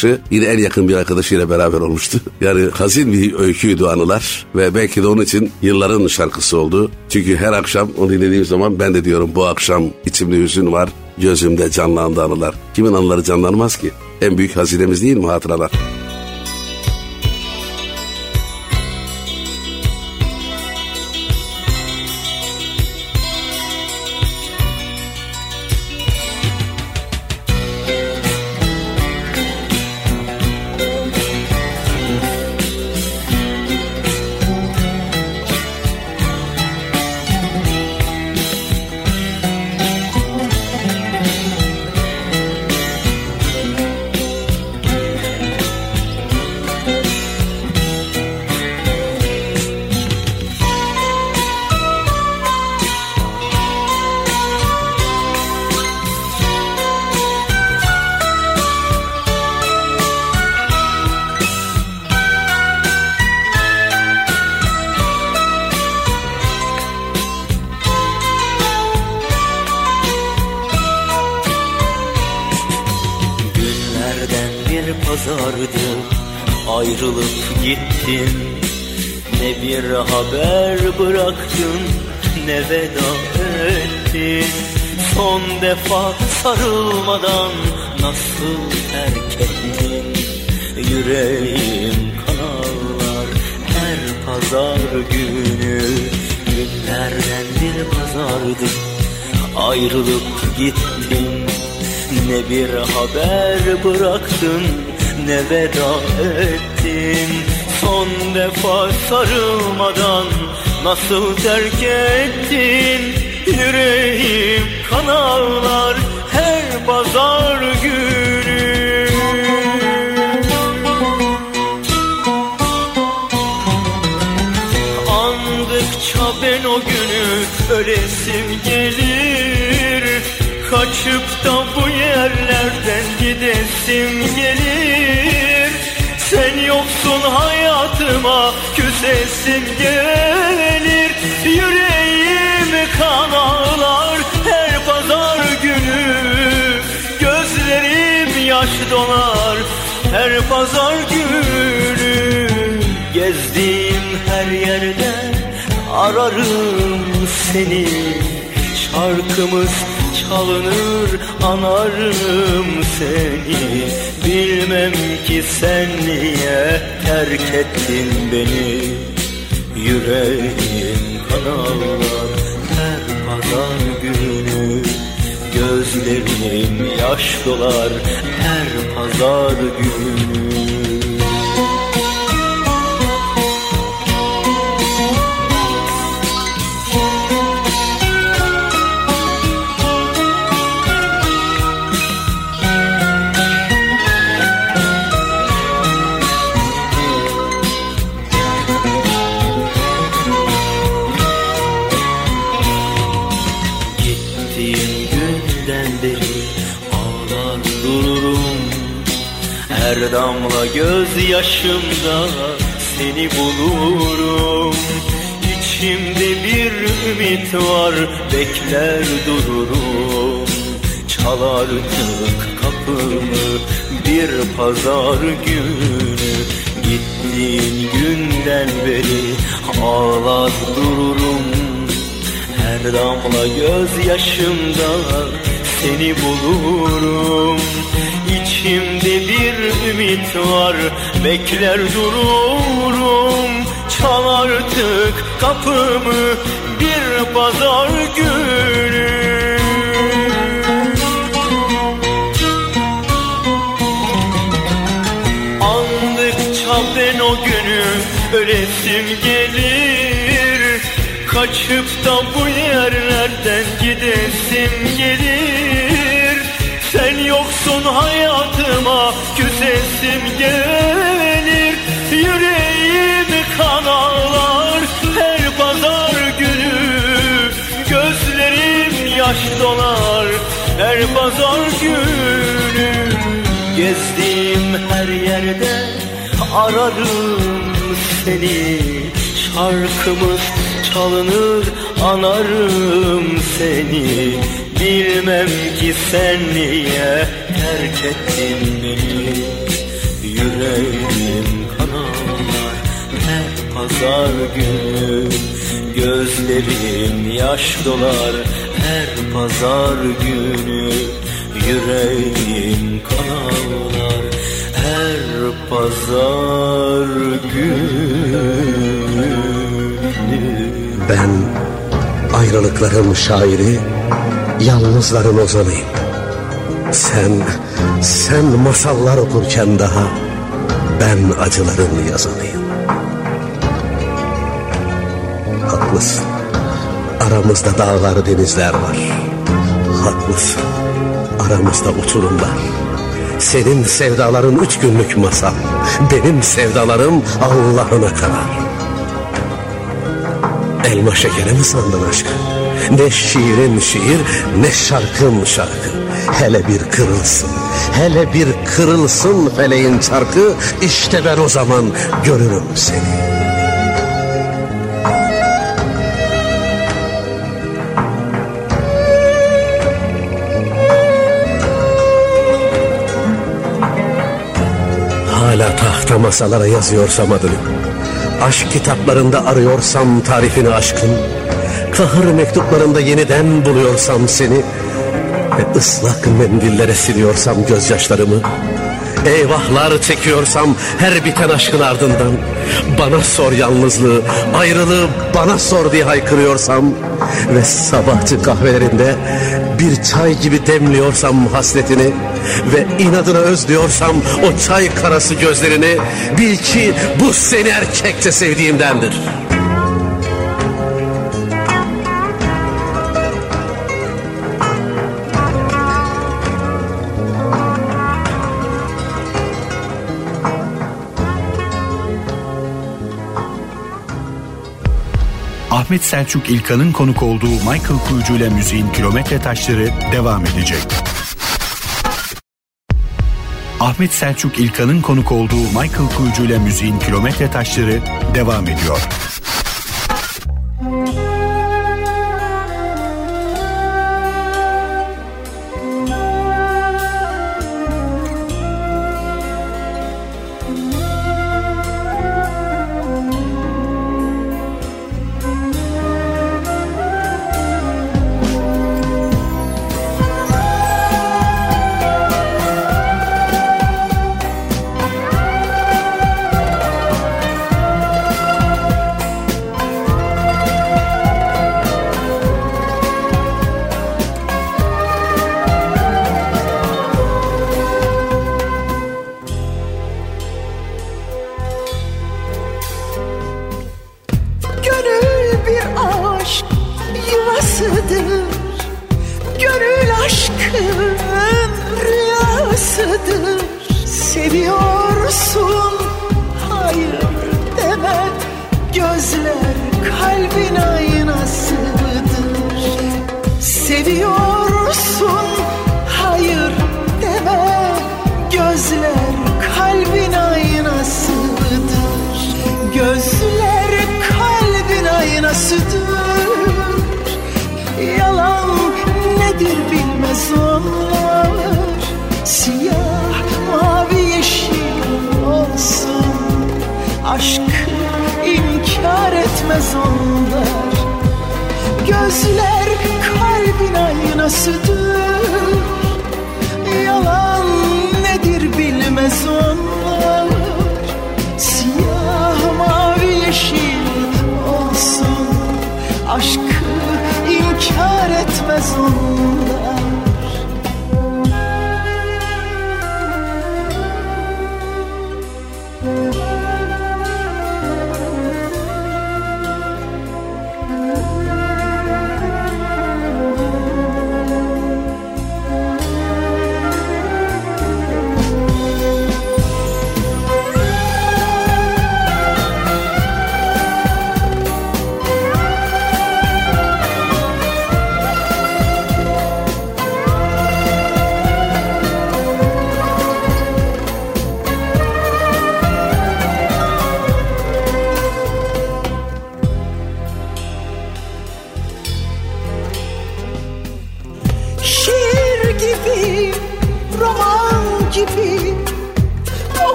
arkadaşı yine en yakın bir arkadaşıyla beraber olmuştu. Yani hazin bir öyküydü anılar ve belki de onun için yılların şarkısı oldu. Çünkü her akşam onu dinlediğim zaman ben de diyorum bu akşam içimde hüzün var, gözümde canlandı anılar. Kimin anıları canlanmaz ki? En büyük hazinemiz değil mi hatıralar? Ayrılıp gittin, ne bir haber bıraktın, ne veda ettin. Son defa sarılmadan nasıl terk ettin? Yüreğim kan ağlar her pazar günü. Günlerden bir pazardı, ayrılıp gittin, ne bir haber bıraktın, ne veda ettin. Son defa sarılmadan nasıl terk ettin? Yüreğim kan ağlar her pazar günü. Andıkça ben o günü ölesim gelir. Kaçıp da bu yerlerden gidesim gelir. Sen yoksun hayatıma küsesim gelir. Yüreğim kan ağlar her pazar günü. Gözlerim yaş dolar her pazar günü. Gezdiğim her yerde ararım seni. Şarkımız çalınır anarım seni. Bilmem ki sen niye terk ettin beni. Yüreğim kan ağlar her pazar günü. Gözlerim yaş dolar her pazar günü. Her damla gözyaşımda seni bulurum. İçimde bir ümit var, bekler dururum. Çal artık kapımı bir pazar günü. Gittiğin günden beri ağlar dururum. Her damla gözyaşımda seni bulurum. İçimde bir ümit var, bekler dururum. Çal artık kapımı bir pazar günü. Andıkça ben o günü ölesim gelir. Kaçıp da bu yerlerden gidesim gelir. Sen yoksun hayatıma küsesim gelir. Yüreğim kan ağlar her pazar günü. Gözlerim yaş dolar her pazar günü. Gezdiğim her yerde ararım seni. Şarkımız çalınır anarım seni. Bilmem ki sen niye terk ettin beni. yüreğim kan ağlar her pazar günü. Gözlerim yaş dolar her pazar günü. Yüreğim kan ağlar her pazar günü. Ben ayrılıkların şairi, yalnızların ozanıyım. Sen masallar okurken daha ben acıların yazanıyım. Haklısın, aramızda dağlar denizler var. Haklısın, aramızda uçurumlar. Senin sevdaların 3 günlük masal, benim sevdalarım Allah'ına kadar. Elma şekeri mi sandın aşkı? Ne şiirin şiir, ne şarkın şarkı. Hele bir kırılsın, hele bir kırılsın feleğin çarkı. İşte ben o zaman görürüm seni. Hala tahta masalara yazıyorsam adını, aşk kitaplarında arıyorsam tarifini aşkın, kahır mektuplarında yeniden buluyorsam seni ve ıslak mendillere siliyorsam gözyaşlarımı, eyvahlar çekiyorsam her biten aşkın ardından, bana sor yalnızlığı, ayrılığı bana sor diye haykırıyorsam ve sabahçı kahvelerinde bir çay gibi demliyorsam hasretini ve inadına özlüyorsam o çay karası gözlerini, bil ki bu seni erkekçe sevdiğimdendir. Ahmet Selçuk İlkan'ın konuk olduğu Michael Kuyucu ile müziğin kilometre taşları devam edecek. Ahmet Selçuk İlkan'ın konuk olduğu Michael Kuyucu ile müziğin kilometre taşları devam ediyor.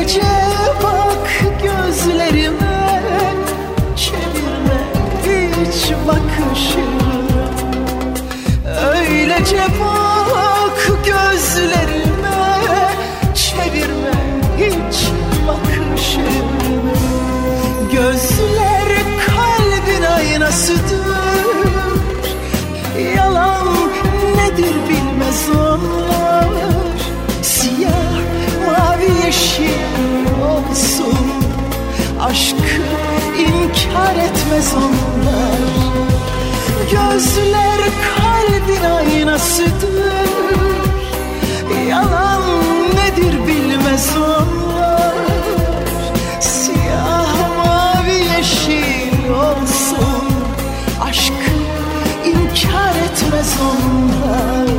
Öylece bak gözlerime, çevirme hiç bakışını. Öylece bak gözlerime, çevirme hiç bakışını. Gözler kalbin aynasıdır, yalan nedir bilmez onlar. Siyah, mavi, yeşil olsun, aşkı inkar etmez onlar. Gözler kalbin aynasıdır, yalan nedir bilmez onlar. Siyah, mavi, yeşil olsun, aşkı inkar etmez onlar.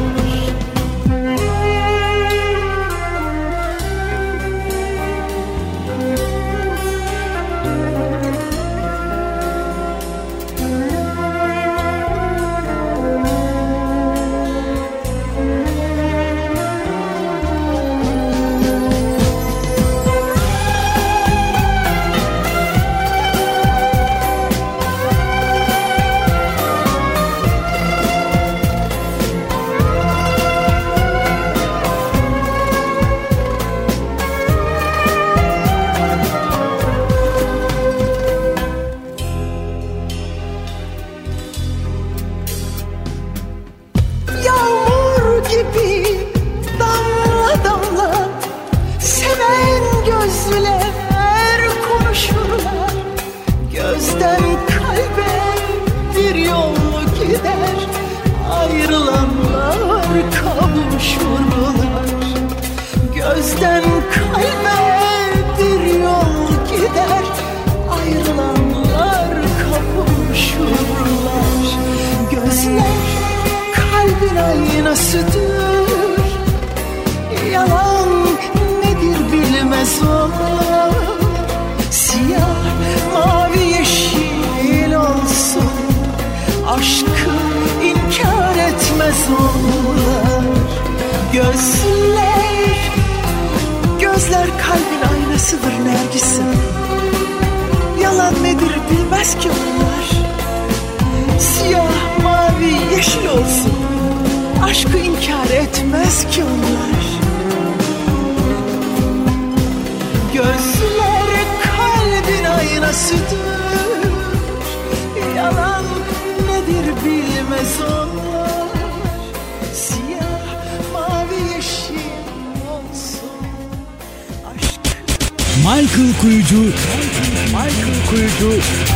Gözler kalbin aynasıdır Nergis'im. Yalan nedir bilmez ki onlar. Siyah, mavi, yeşil olsun, aşkı inkar etmez ki onlar. Gözler kalbin aynasıdır, yalan nedir bilmez onlar. Siyah, mavi, yeşil olsun, aşkı... Michael Kuyucu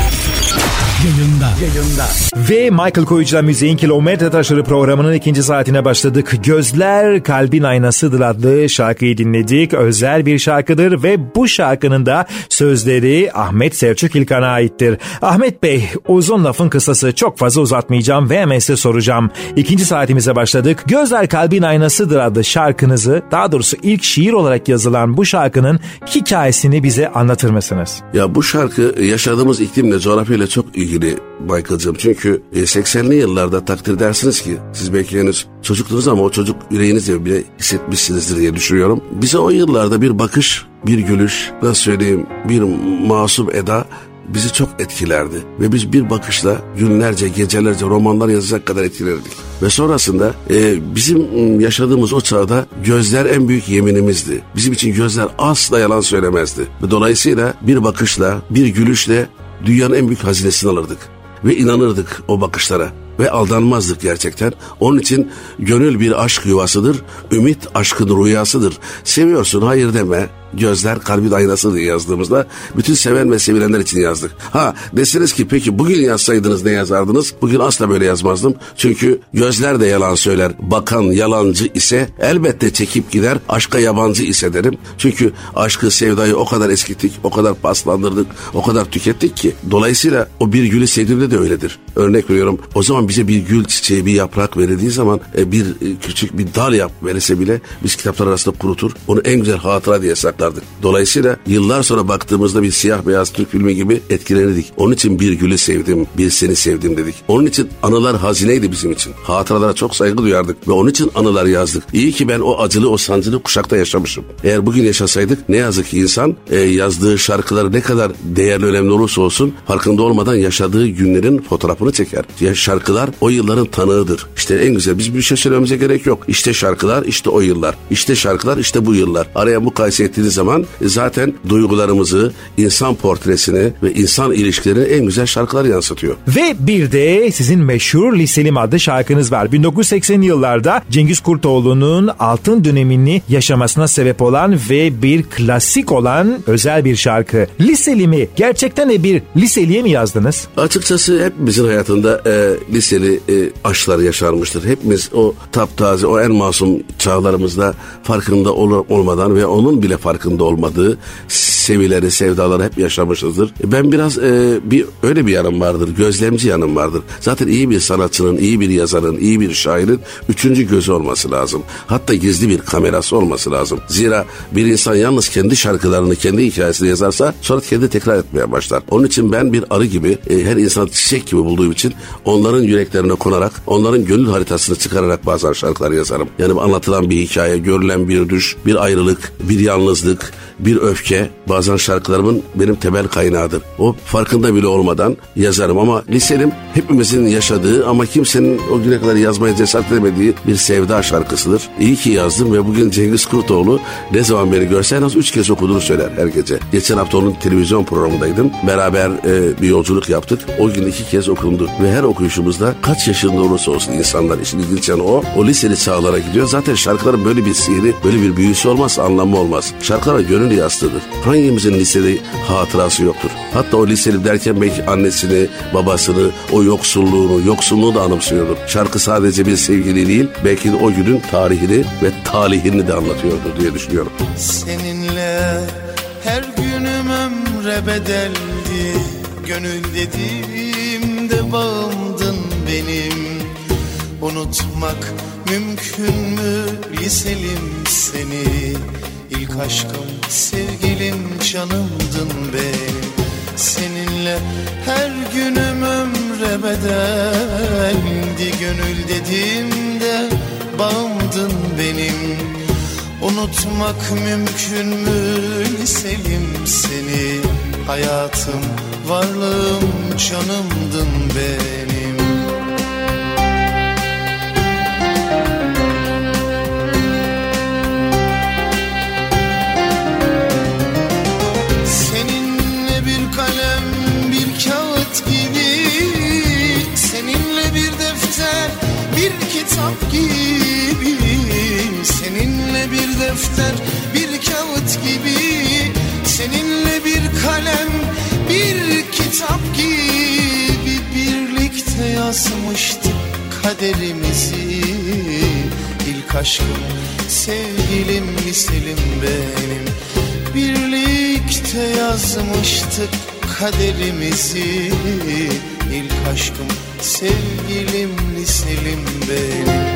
yayında. Ve Michael Kuyucu'la Müziğin Kilometre Taşları programının ikinci saatine başladık. Gözler Kalbin Aynasıdır adlı şarkıyı dinledik. Özel bir şarkıdır ve bu şarkının da sözleri Ahmet Selçuk İlkan'a aittir. Ahmet Bey, uzun lafın kısası, çok fazla uzatmayacağım ve hemen size soracağım. İkinci saatimize başladık. Gözler Kalbin Aynasıdır adlı şarkınızı, daha doğrusu ilk şiir olarak yazılan bu şarkının hikayesini bize anlatır mısınız? Ya bu şarkı yaşadığımız iklimle, coğrafyayla çok ilgili Michael'cığım. Çünkü 80'li yıllarda takdir edersiniz ki siz belki henüz çocuktunuz ama o çocuk yüreğinizle bile hissetmişsinizdir diye düşünüyorum. Bize o yıllarda bir bakış, bir gülüş, nasıl söyleyeyim, bir masum eda bizi çok etkilerdi. Ve biz bir bakışla günlerce, gecelerce romanlar yazacak kadar etkilerdik. Ve sonrasında bizim yaşadığımız o çağda gözler en büyük yeminimizdi. Bizim için gözler asla yalan söylemezdi. Ve dolayısıyla bir bakışla, bir gülüşle dünyanın en büyük hazinesini alırdık. Ve inanırdık o bakışlara. Ve aldanmazdık gerçekten. Onun için gönül bir aşk yuvasıdır. Ümit aşkın rüyasıdır. Seviyorsun, hayır deme. Gözler kalbin aynası diye yazdığımızda bütün seven ve sevilenler için yazdık. Ha deseniz ki peki bugün yazsaydınız ne yazardınız? Bugün asla böyle yazmazdım. Çünkü gözler de yalan söyler. Bakan yalancı ise elbette çekip gider. Aşka yabancı ise derim. Çünkü aşkı, sevdayı o kadar eskittik, o kadar paslandırdık, o kadar tükettik ki. Dolayısıyla o bir gülü sevdiğimde de öyledir. Örnek veriyorum, o zaman bize bir gül çiçeği, bir yaprak verildiği zaman bir küçük bir dal verilse bile biz kitaplar arasında kurutur. Onu en güzel hatıra diye saklar. bakardık. Dolayısıyla yıllar sonra baktığımızda bir siyah beyaz Türk filmi gibi etkilenirdik. Onun için bir gülü sevdim, bir seni sevdim dedik. Onun için anılar hazineydi bizim için. Hatıralara çok saygı duyardık ve onun için anılar yazdık. İyi ki ben o acılı, o sancılı kuşakta yaşamışım. Eğer bugün yaşasaydık ne yazık ki insan yazdığı şarkıları ne kadar değerli, önemli olursa olsun farkında olmadan yaşadığı günlerin fotoğrafını çeker. Ya şarkılar o yılların tanığıdır. İşte en güzel, biz bir şey söylememize gerek yok. İşte şarkılar, işte o yıllar. İşte şarkılar, işte bu yıllar. Araya mukayese ettiğiniz zaman zaten duygularımızı, insan portresini ve insan ilişkilerini en güzel şarkılar yansıtıyor. Ve bir de sizin meşhur Liselim adlı şarkınız var. 1980'li yıllarda Cengiz Kurtoğlu'nun altın dönemini yaşamasına sebep olan ve bir klasik olan özel bir şarkı. Liselimi gerçekten de bir liseliye mi yazdınız? Açıkçası hepimizin hayatında liseli aşklar yaşanmıştır. Hepimiz o taptaze, o en masum çağlarımızda farkında olmadan ve onun bile farkında olmadığı sevileri, sevdaları hep yaşamışızdır. Ben biraz öyle bir yanım vardır, gözlemci yanım vardır. Zaten iyi bir sanatçının, iyi bir yazarın, iyi bir şairin üçüncü gözü olması lazım. Hatta gizli bir kamerası olması lazım. Zira bir insan yalnız kendi şarkılarını, kendi hikayesini yazarsa sonra kendi tekrar etmeye başlar. Onun için ben bir arı gibi, her insanı çiçek gibi bulduğum için onların yüreklerine konarak, onların gönül haritasını çıkararak bazen şarkılar yazarım. Yani anlatılan bir hikaye, görülen bir düş, bir ayrılık, bir yalnızlık, bir öfke bazen şarkılarımın benim temel kaynağıdır. O farkında bile olmadan yazarım ama liselim hepimizin yaşadığı ama kimsenin o güne kadar yazmaya cesaret edemediği bir sevda şarkısıdır. İyi ki yazdım ve bugün Cengiz Kurtoğlu ne zaman beni görse en az 3 kez okuduğunu söyler her gece. Geçen hafta onun televizyon programındaydım. Beraber bir yolculuk yaptık. O gün 2 kez okundu ve her okuyuşumuzda kaç yaşında olursa olsun insanlar, işin ilginç yanı o liseli çağlara gidiyor. Zaten şarkıların böyle bir sihri, böyle bir büyüsü olmaz, anlamı olmaz. Şarkılara gönül yastıdır. Hangimizin lisede hatırası yoktur? Hatta o liseli derken belki annesini, babasını, o yoksulluğu da anımsıyordur. Şarkı sadece bir sevgili değil, belki de o günün tarihini ve talihini de anlatıyordur diye düşünüyorum. Seninle her günüm ömre bedeldi. Gönül dediğimde bağımdın benim. Unutmak mümkün mü liselim seni? İlk aşkım, sevgilim, canımdın benim. Seninle her günüm ömre bedeldi. Gönül dediğimde bağımdın benim. Unutmak mümkün mü liselim seni? Hayatım, varlığım, canımdın benim. Kitap gibi, seninle bir defter, bir kağıt gibi, seninle bir kalem, bir kitap gibi birlikte yazmıştık kaderimizi. İlk aşkım, sevgilim, liselim benim. Birlikte yazmıştık kaderimizi. İlk aşkım, sevgilim, liselim benim.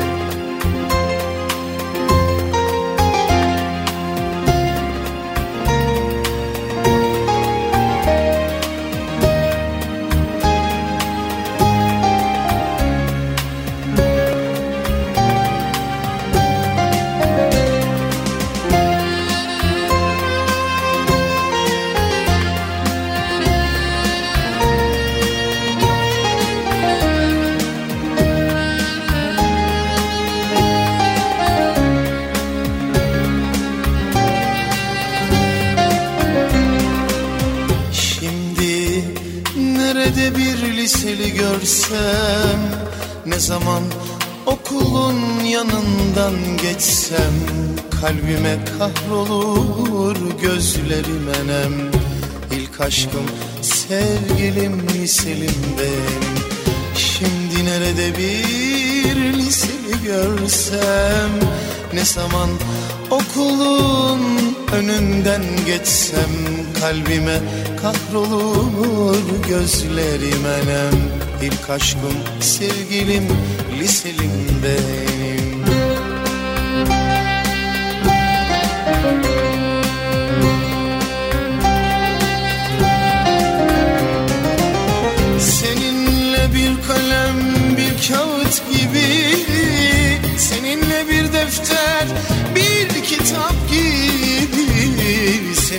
Liseli görsem, ne zaman okulun yanından geçsem, kalbime kahrolur gözlerim enem. İlk aşkım, sevgilim, liselim benim. Şimdi nerede bir liseli görsem, ne zaman okulun önünden geçsem, kalbime kahrolur gözlerim enem. İlk aşkım, sevgilim, liselim benim.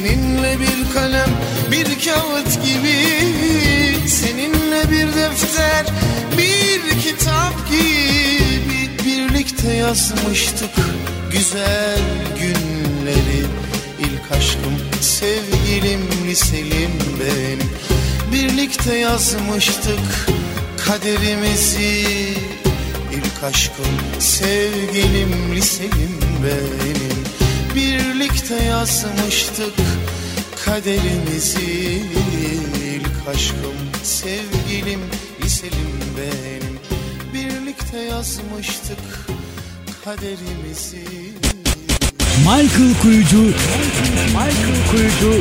Seninle bir kalem, bir kağıt gibi, seninle bir defter, bir kitap gibi. Birlikte yazmıştık güzel günleri. İlk aşkım, sevgilim, liselim benim. Birlikte yazmıştık kaderimizi. İlk aşkım, sevgilim, liselim benim. Birlikte yazmıştık kaderimizi. İlk aşkım, sevgilim, liselim benim. Birlikte yazmıştık kaderimizi. Michael Kuyucu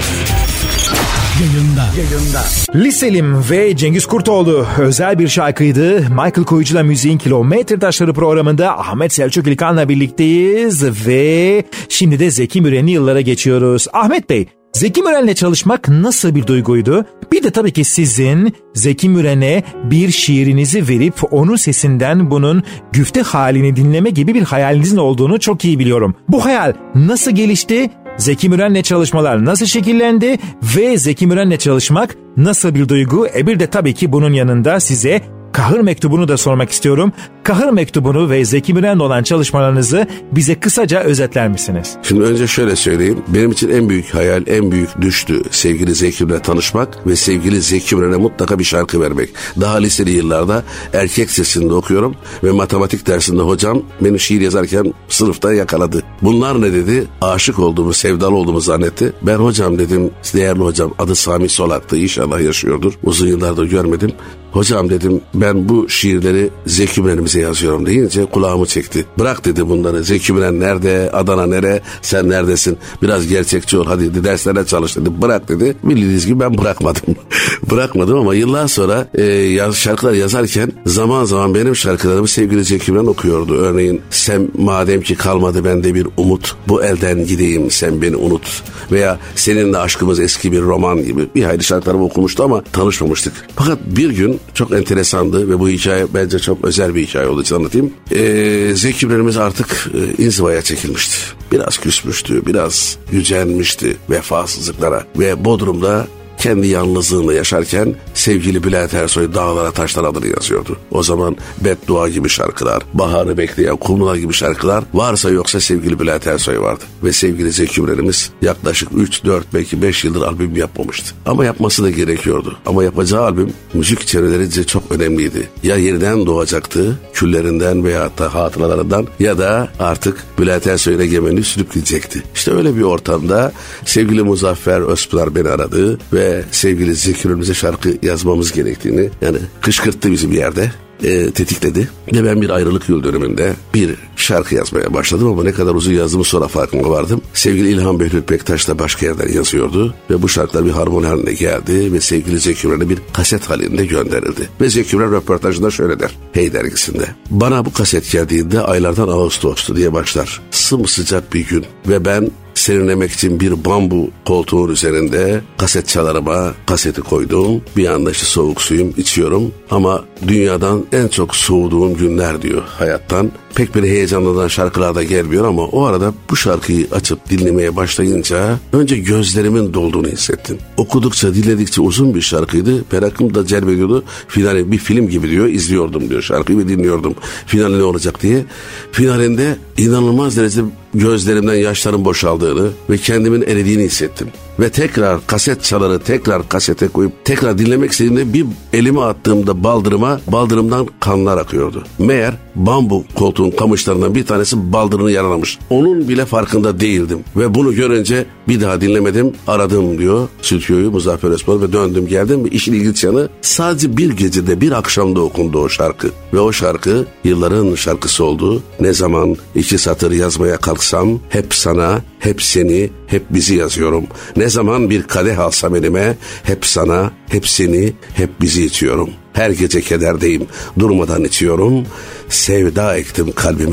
yayında. Liselim ve Cengiz Kurtoğlu özel bir şarkıydı. Michael Kuyucu'la Müziğin Kilometre Taşları programında Ahmet Selçuk İlkan'la birlikteyiz ve şimdi de Zeki Müren'li yıllara geçiyoruz. Ahmet Bey, Zeki Müren'le çalışmak nasıl bir duyguydu? Bir de tabii ki sizin Zeki Müren'e bir şiirinizi verip onun sesinden bunun güfte halini dinleme gibi bir hayalinizin olduğunu çok iyi biliyorum. Bu hayal nasıl gelişti? Zeki Müren'le çalışmalar nasıl şekillendi ve Zeki Müren'le çalışmak nasıl bir duygu? Bir de tabii ki bunun yanında size Kahır Mektubu'nu da sormak istiyorum. Kahır Mektubu'nu ve Zeki Müren'le olan çalışmalarınızı bize kısaca özetler misiniz? Şimdi önce şöyle söyleyeyim. Benim için en büyük hayal, en büyük düştü sevgili Zeki Müren'le tanışmak ve sevgili Zeki Müren'e mutlaka bir şarkı vermek. Daha liseli yıllarda erkek sesinde okuyorum ve matematik dersinde hocam beni şiir yazarken sınıfta yakaladı. Bunlar ne dedi? Aşık olduğumu, sevdalı olduğumu zannetti. Ben hocam dedim, değerli hocam, adı Sami Solak'tı, İnşallah yaşıyordur. Uzun yıllardır görmedim. Hocam dedim, ben bu şiirleri Zeki Müren'imize yazıyorum deyince kulağımı çekti. Bırak dedi bunları. Zeki Müren nerede? Adana nere? Sen neredesin? Biraz gerçekçi ol. Hadi dedi, derslere çalış dedi. Bırak dedi. Bildiğiniz gibi ben bırakmadım. Bırakmadım ama yıllar sonra şarkılar yazarken zaman zaman benim şarkılarımı sevgili Zeki Müren okuyordu. Örneğin sen madem ki kalmadı bende bir umut, bu elden gideyim sen beni unut. Veya seninle aşkımız eski bir roman gibi bir hayli şarkılarımı okumuştu ama tanışmamıştık. Fakat bir gün çok enteresandı ve bu hikaye bence çok özel bir hikaye olduğu için anlatayım. Zeki Müren'imiz artık inzivaya çekilmişti. Biraz küsmüştü, biraz gücenmişti vefasızlıklara ve Bodrum'da kendi yalnızlığını yaşarken sevgili Bülent Ersoy Dağlara Taşlara adını yazıyordu. O zaman Beddua gibi şarkılar, Baharı Bekleyen Kumrular gibi şarkılar varsa yoksa sevgili Bülent Ersoy vardı. Ve sevgili Zeki Müren'imiz yaklaşık 3, 4, belki 5 yıldır albüm yapmamıştı. Ama yapması da gerekiyordu. Ama yapacağı albüm müzik çevrelerince çok önemliydi. Ya yeniden doğacaktı, küllerinden veya da hatıralarından ya da artık Bülent Ersoy'un egemenliği sürüp gidecekti. İşte öyle bir ortamda sevgili Muzaffer Özpınar beni aradı ve sevgili Zeki Müren'imize şarkı yazmamız gerektiğini, yani kışkırttı bizi bir yerde, tetikledi ve ben bir ayrılık yıl dönümünde bir şarkı yazmaya başladım ama ne kadar uzun yazdığımı sonra farkına vardım. Sevgili İlhan Behlül Bektaş da başka yerden yazıyordu ve bu şarkılar bir harmoni haline geldi ve sevgili Zeki Müren'e bir kaset halinde gönderildi. Ve Zeki Müren röportajında şöyle der, Hey dergisinde: bana bu kaset geldiğinde aylardan Ağustos'tu diye başlar. Sımsıcak bir gün ve ben serinlemek için bir bambu koltuğun üzerinde kaset çalarıma kaseti koydum. Bir anda işte soğuk suyum içiyorum ama dünyadan en çok soğuduğum günler diyor hayattan. Pek bir heyecanlanan şarkılar da gelmiyor ama o arada bu şarkıyı açıp dinlemeye başlayınca önce gözlerimin dolduğunu hissettim. Okudukça, dinledikçe uzun bir şarkıydı. Merakım da celbediyordu. Finali bir film gibi diyor. İzliyordum diyor şarkıyı ve dinliyordum. Finali ne olacak diye. Finalinde inanılmaz derecede gözlerimden yaşların boşaldığını ve kendimin eridiğini hissettim. Ve tekrar kaset çaları tekrar kasete koyup tekrar dinlemek istediğimde bir elimi attığımda baldırımdan kanlar akıyordu. Meğer bambu koltuğun kamışlarından bir tanesi baldırını yaralamış. Onun bile farkında değildim. Ve bunu görünce bir daha dinlemedim. Aradım diyor stüdyoyu Muzaffer Özpınar ve döndüm geldim. Ve işin ilginç yanı sadece bir gecede bir akşamda okundu o şarkı. Ve o şarkı yılların şarkısı oldu. Ne zaman 2 satır yazmaya kalksam hep sana, hep seni, hep bizi yazıyorum. Ne zaman bir kadeh alsam elime hep sana, hep seni, hep bizi içiyorum. Her gece kederdeyim, durmadan içiyorum. Sevda ektim kalbime,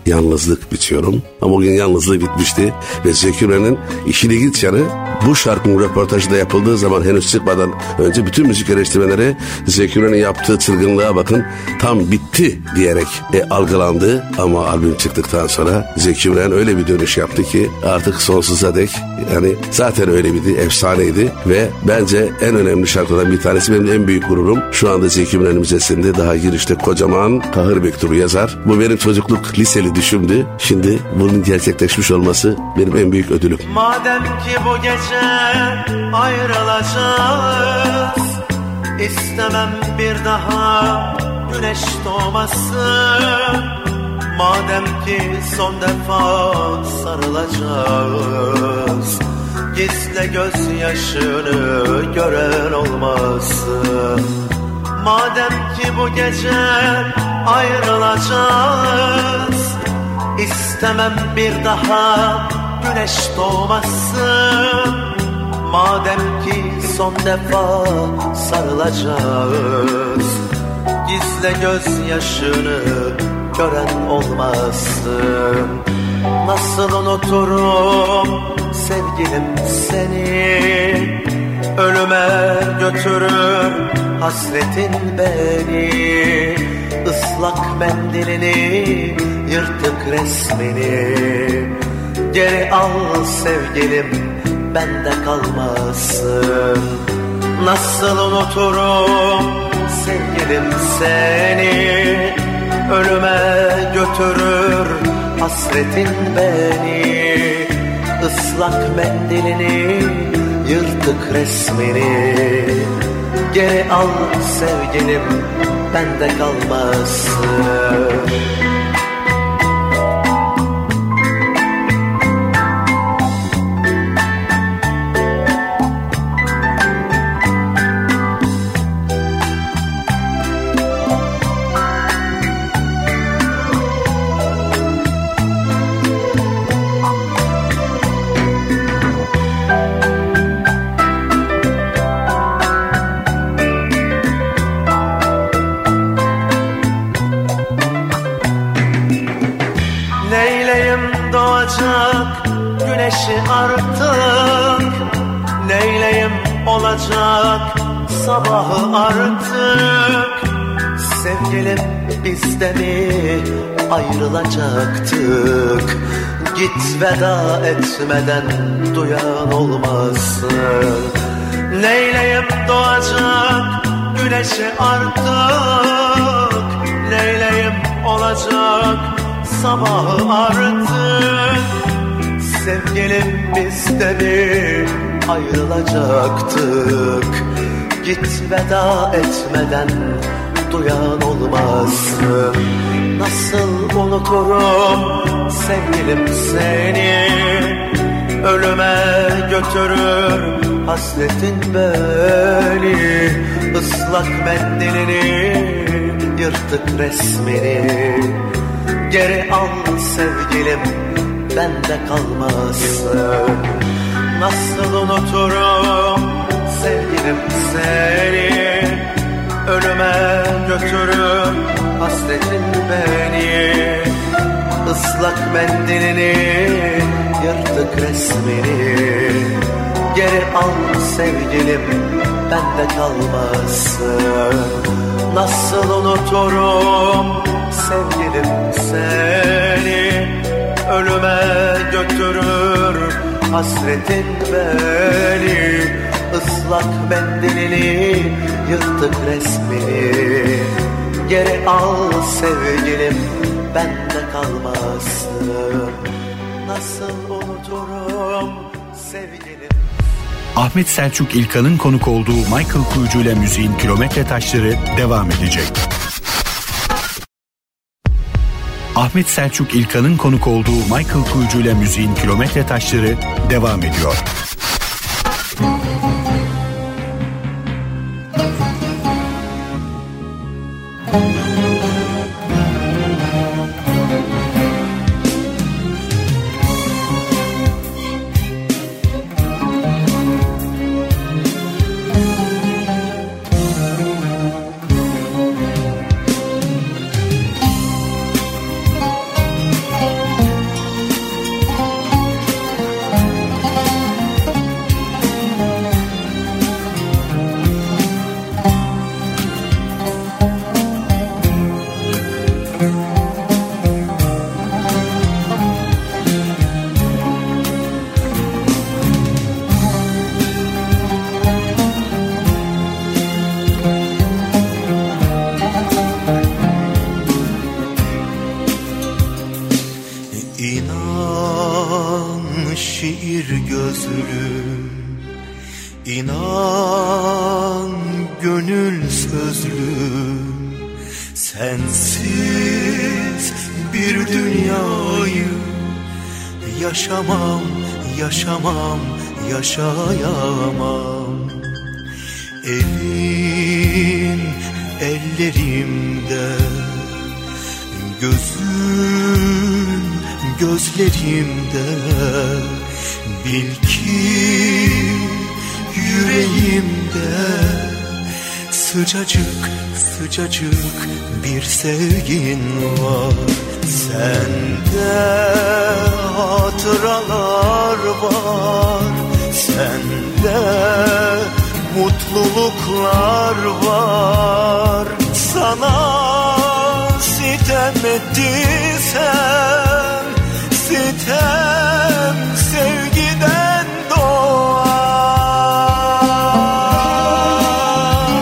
yalnızlık bitiyorum. Ama o gün yalnızlığı bitmişti ve Zeki Müren'in işin ilginç yanı, bu şarkının röportajı da yapıldığı zaman henüz çıkmadan önce bütün müzik eleştirmenleri Zeki Müren'in yaptığı çılgınlığa bakın, tam bitti diyerek algılandı. Ama albüm çıktıktan sonra Zeki Müren öyle bir dönüş yaptı ki artık sonsuza dek, yani zaten öyle bir efsaneydi ve bence en önemli şarkıdan bir tanesi, benim en büyük gururum. Şu anda Zeki Müren Müzesi'nde daha girişte kocaman kahır mektubu yazar. Bu benim çocukluk liseli düşümdü. Şimdi bunun gerçekleşmiş olması benim en büyük ödülüm. Madem ki bu gece ayrılacağız, istemem bir daha güneş doğmasın. Madem ki son defa sarılacağız, gizle gözyaşını gören olmasın. Madem ki bu gece ayrılacağız, istemem bir daha güneş doğmasın. Madem ki son defa sarılacağız, gizle gözyaşını gören olmasın. Nasıl unuturum sevgilim seni, ölüme götürür hasretin beni. Islak mendilini, yırtık resmini geri al sevgilim, bende kalmasın. Nasıl unuturum sevgilim seni, ölüme götürür hasretin beni. Islak mendilini, yırtık resmini geri al sevgilim, bende kalmasın. Güneşi artık neyleyim, olacak sabahı artık. Sevgilim biz de mi ayrılacaktık? Git veda etmeden duyan olmasın. Neyleyim doğacak güneşi artık, neyleyim olacak sabahı artık. Sevgilim biz de mi ayrılacaktık? Git veda etmeden duyan olmasın. Nasıl unuturum sevgilim seni, ölüme götürür hasretin beni. Islak mendilini, yırtık resmini geri al sevgilim, bende kalmasın. Nasıl unuturum sevgilim seni, ölüme götürür hasretin beni. Islak mendilini, yırtık resmini geri al sevgilim, bende kalmasın. Nasıl unuturum sevgilim seni, ölüme götürür hasretin beni. Islak mendilini, yırtık resmini geri al sevgilim, bende kalmasın. Nasıl unuturum sevgilim. Ahmet Selçuk İlkan'ın konuk olduğu Michael Kuyucu ile müziğin kilometre taşları devam edecek. Ahmet Selçuk İlkan'ın konuk olduğu Michael Kuyucu ile müziğin kilometre taşları devam ediyor. İnan gönül sözlüm, sensiz bir dünyayı yaşamam, yaşamam, yaşayamam. Elin ellerimde, gözün gözlerimde, bil ki yüreğimde sıcacık sıcacık bir sevgin var. Sende hatıralar var, sende mutluluklar var. Sana sitem ettiysem, sitem sevgiden doğar.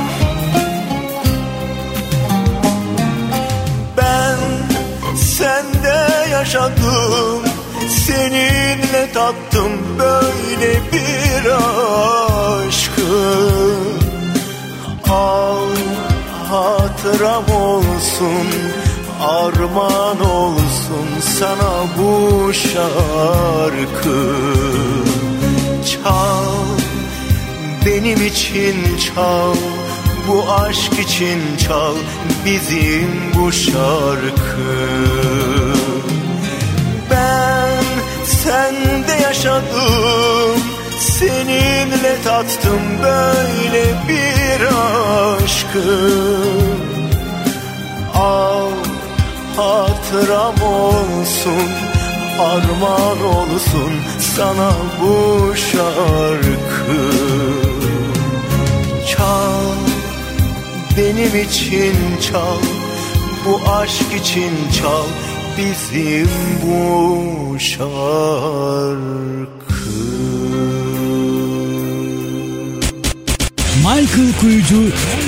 Ben sende yaşadım, seninle tattım böyle bir aşkı. Al hatıram olsun, armağan olsun sana bu şarkı. Çal, benim için çal, bu aşk için çal bizim bu şarkı. Ben sende yaşadım, seninle tattım böyle bir aşkı. Al hatıram olsun, armağan olsun sana bu şarkı. Çal, benim için çal, bu aşk için çal bizim bu şarkı. Michael Kuyucu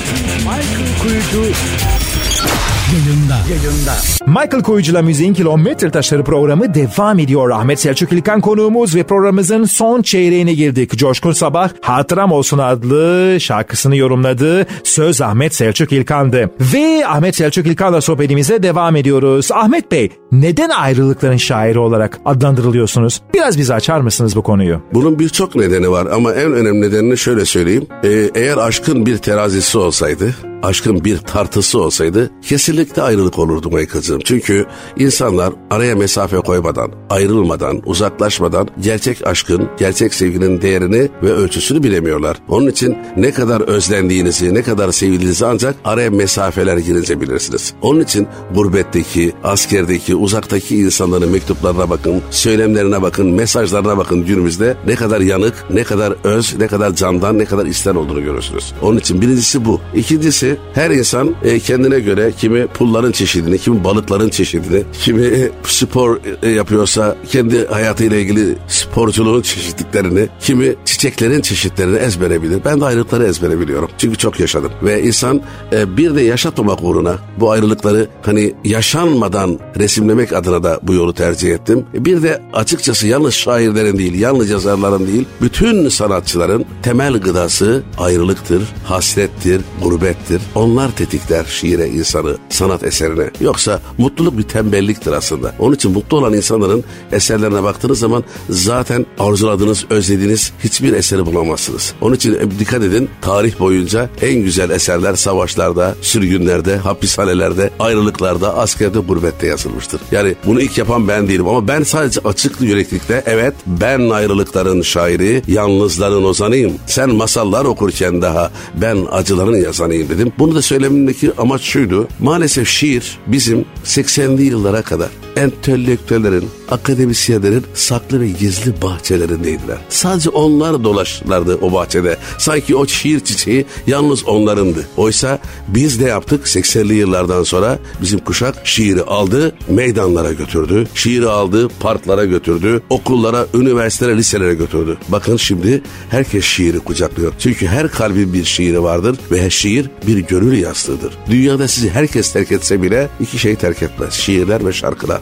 yayında. Michael Koyucu'la Müziğin Kilometre Taşları programı devam ediyor. Ahmet Selçuk İlkan konuğumuz ve programımızın son çeyreğine girdik. Coşkun Sabah Hatıram Olsun adlı şarkısını yorumladı. Söz Ahmet Selçuk İlkan'dı. Ve Ahmet Selçuk İlkan'la sohbetimize devam ediyoruz. Ahmet Bey, neden ayrılıkların şairi olarak adlandırılıyorsunuz? Biraz bize açar mısınız bu konuyu? Bunun birçok nedeni var ama en önemli nedenini şöyle söyleyeyim. Eğer aşkın bir terazisi olsaydı, aşkın bir tartısı olsaydı kesinlikle ayrılık olurdu Michael'cığım. Çünkü insanlar araya mesafe koymadan, ayrılmadan, uzaklaşmadan gerçek aşkın, gerçek sevginin değerini ve ölçüsünü bilemiyorlar. Onun için ne kadar özlendiğinizi, ne kadar sevildiğinizi ancak araya mesafeler girince bilirsiniz. Onun için gurbetteki, askerdeki, uzaktaki insanların mektuplarına bakın, söylemlerine bakın, mesajlarına bakın günümüzde ne kadar yanık, ne kadar öz, ne kadar candan, ne kadar ister olduğunu görürsünüz. Onun için birincisi bu. İkincisi, her insan kendine göre kimi pulların çeşidini, kimi balıkların çeşidini, kimi spor yapıyorsa kendi hayatıyla ilgili sporculuğun çeşitliklerini, kimi çiçeklerin çeşitlerini ezbere bilir. Ben de ayrılıkları ezbere biliyorum. Çünkü çok yaşadım. Ve insan bir de yaşatmamak uğruna bu ayrılıkları hani yaşanmadan resimlemek adına da bu yolu tercih ettim. Bir de açıkçası yalnız şairlerin değil, yalnız yazarların değil, bütün sanatçıların temel gıdası ayrılıktır, hasrettir, gurbettir. Onlar tetikler şiire, insanı, sanat eserine. Yoksa mutluluk bir tembelliktir aslında. Onun için mutlu olan insanların eserlerine baktığınız zaman zaten arzuladığınız, özlediğiniz hiçbir eseri bulamazsınız. Onun için dikkat edin, tarih boyunca en güzel eserler savaşlarda, sürgünlerde, hapishanelerde, ayrılıklarda, askerde, gurbette yazılmıştır. Yani bunu ilk yapan ben değilim ama ben sadece açıklı yüreklilikle evet ben ayrılıkların şairi, yalnızların ozanıyım. Sen masallar okurken daha ben acıların yazanıyım dedim. Bunu da söylememdeki amaç şuydu. Maalesef şiir bizim 80'li yıllara kadar entelektüellerin, akademisyenlerin saklı ve gizli bahçelerindeydiler. Sadece onlar dolaşırlardı o bahçede. Sanki o şiir çiçeği yalnız onlarındı. Oysa biz ne yaptık? 80'li yıllardan sonra bizim kuşak şiiri aldı, meydanlara götürdü. Şiiri aldı, parklara götürdü. Okullara, üniversitelere, liselere götürdü. Bakın şimdi herkes şiiri kucaklıyor. Çünkü her kalbin bir şiiri vardır ve her şiir bir gönül yastığıdır. Dünyada sizi herkes terk etse bile iki şey terk etmez. Şiirler ve şarkılar.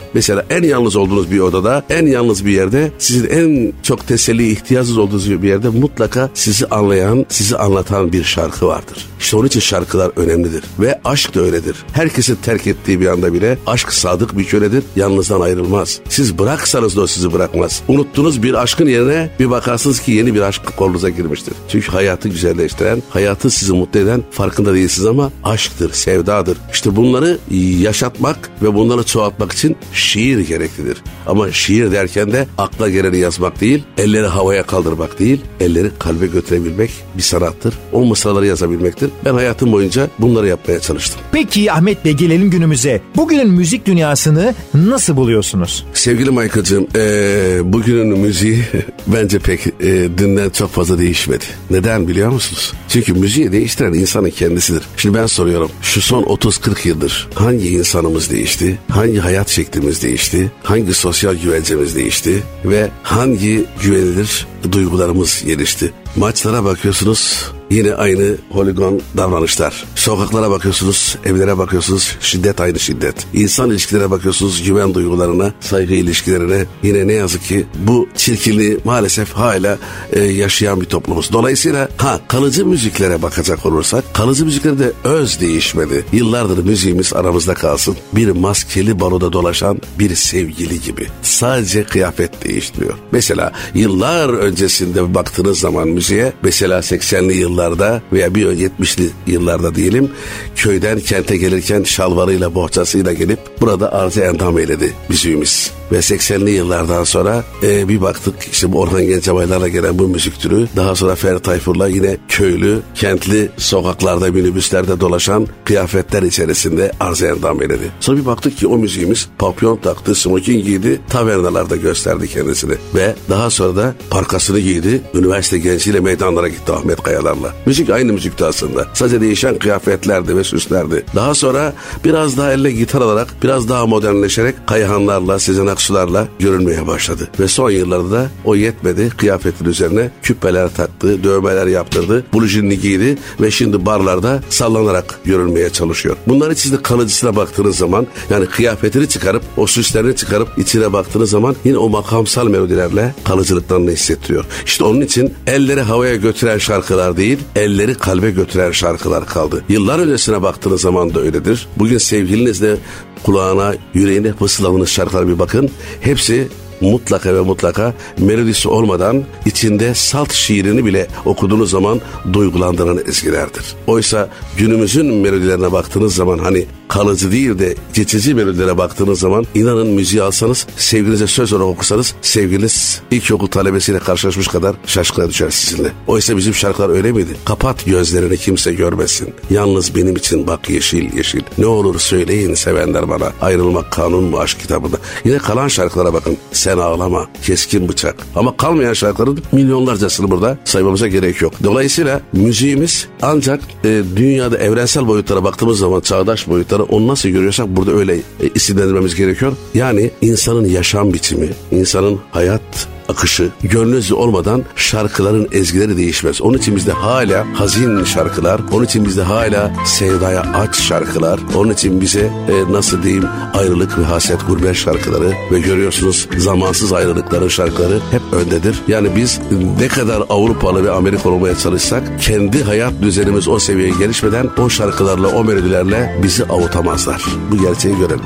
Mesela en yalnız olduğunuz bir odada, en yalnız bir yerde, sizin en çok teselli ihtiyacınız olduğunuz bir yerde mutlaka sizi anlayan, sizi anlatan bir şarkı vardır. İşte onun için şarkılar önemlidir. Ve aşk da öyledir. Herkesin terk ettiği bir anda bile aşk sadık bir köledir. Yalnızdan ayrılmaz. Siz bıraksanız da o sizi bırakmaz. Unuttuğunuz bir aşkın yerine bir bakarsınız ki yeni bir aşk kolunuza girmiştir. Çünkü hayatı güzelleştiren, hayatı sizi mutlu eden, farkında değilsiniz ama aşktır, sevdadır. İşte bunları yaşatmak ve bunları çoğaltmak için şiir gereklidir. Ama şiir derken de akla geleni yazmak değil, elleri havaya kaldırmak değil, elleri kalbe götürebilmek bir sanattır. O mısraları yazabilmektir. Ben hayatım boyunca bunları yapmaya çalıştım. Peki Ahmet Bey, gelelim günümüze. Bugünün müzik dünyasını nasıl buluyorsunuz? Sevgili Michael'cığım, bugünün müziği bence pek dünden çok fazla değişmedi. Neden biliyor musunuz? Çünkü müziği değiştiren insanın kendisidir. Şimdi ben soruyorum, şu son 30-40 yıldır hangi insanımız değişti? Hangi hayat şeklimiz değişti? Hangi sosyal güvencemiz değişti? Ve hangi güvenilir duygularımız gelişti? Maçlara bakıyorsunuz, yine aynı holigan davranışlar. Sokaklara bakıyorsunuz, evlere bakıyorsunuz, şiddet aynı şiddet. İnsan ilişkilerine bakıyorsunuz, güven duygularına, saygı ilişkilerine. Yine ne yazık ki bu çirkinliği maalesef hala yaşayan bir toplumuz. Dolayısıyla kalıcı müziklere bakacak olursak, kalıcı müziklerde öz değişmedi. Yıllardır müziğimiz aramızda kalsın. Bir maskeli baloda dolaşan bir sevgili gibi. Sadece kıyafet değiştiriyor. Mesela yıllar öncesinde baktığınız zaman müziğe, mesela 80'li yıllarda veya bir 70'li yıllarda diyelim, köyden kente gelirken şalvarıyla bohçasıyla gelip burada arz-ı endam eyledi müziğimiz. Ve 80'li yıllardan sonra bir baktık işte bu Orhan Gencebaylar'la gelen bu müzik türü, daha sonra Ferdi Tayfur'la yine köylü, kentli sokaklarda, minibüslerde dolaşan kıyafetler içerisinde arz-ı endam eyledi. Sonra bir baktık ki o müziğimiz papyon taktı, smoking giydi, tavernalarda gösterdi kendisini. Ve daha sonra da parkasını giydi, üniversite gençliğiyle meydanlara gitti Ahmet Kayalar'la. Müzik aynı müzikti aslında. Sadece değişen kıyafetlerdi ve süslerdi. Daha sonra biraz daha elle gitar alarak, biraz daha modernleşerek Kayhanlarla, Sezen Aksu'larla görünmeye başladı. Ve son yıllarda da o yetmedi. Kıyafetin üzerine küpeler taktı, dövmeler yaptırdı, blujinini giydi ve şimdi barlarda sallanarak görünmeye çalışıyor. Bunların içinde kalıcısına baktığınız zaman, yani kıyafetini çıkarıp, o süslerini çıkarıp içine baktığınız zaman yine o makamsal melodilerle kalıcılıklarını hissettiriyor. İşte onun için elleri havaya götüren şarkılar değil, elleri kalbe götüren şarkılar kaldı. Yıllar öncesine baktığınız zaman da öyledir. Bugün sevgilinizle kulağına, yüreğine fısıldadığınız şarkılara bir bakın. Hepsi mutlaka ve mutlaka melodisi olmadan içinde salt şiirini bile okuduğunuz zaman duygulandıran ezgilerdir. Oysa günümüzün melodilerine baktığınız zaman, hani kalıcı değil de geçici melodilere baktığınız zaman, inanın müziği alsanız, sevgilinize söz olarak okusanız, sevgiliniz ilkokul talebesiyle karşılaşmış kadar şaşkına düşer sizinle. Oysa bizim şarkılar öyle miydi? Kapat gözlerini, kimse görmesin. Yalnız benim için bak yeşil yeşil. Ne olur söyleyin sevenler bana. Ayrılmak kanun mu aşk kitabında. Yine kalan şarkılara bakın. Sen ağlama, keskin bıçak. Ama kalmayan şarkıların milyonlarcasını burada saymamıza gerek yok. Dolayısıyla müziğimiz ancak dünyada evrensel boyutlara baktığımız zaman, çağdaş boyutlara, onu nasıl görüyorsak burada öyle isimlendirmemiz gerekiyor. Yani insanın yaşam biçimi, insanın hayat akışı, gönlünüzü olmadan şarkıların ezgileri değişmez. Onun için bizde hala hazin şarkılar, onun için bizde hala sevdaya aç şarkılar, onun için bize nasıl diyeyim, ayrılık ve haset, gurbet şarkıları ve görüyorsunuz zamansız ayrılıkların şarkıları hep öndedir. Yani biz ne kadar Avrupalı ve Amerikalı olmaya çalışsak, kendi hayat düzenimiz o seviyeye gelişmeden o şarkılarla, o melodilerle bizi avutamazlar. Bu gerçeği görelim.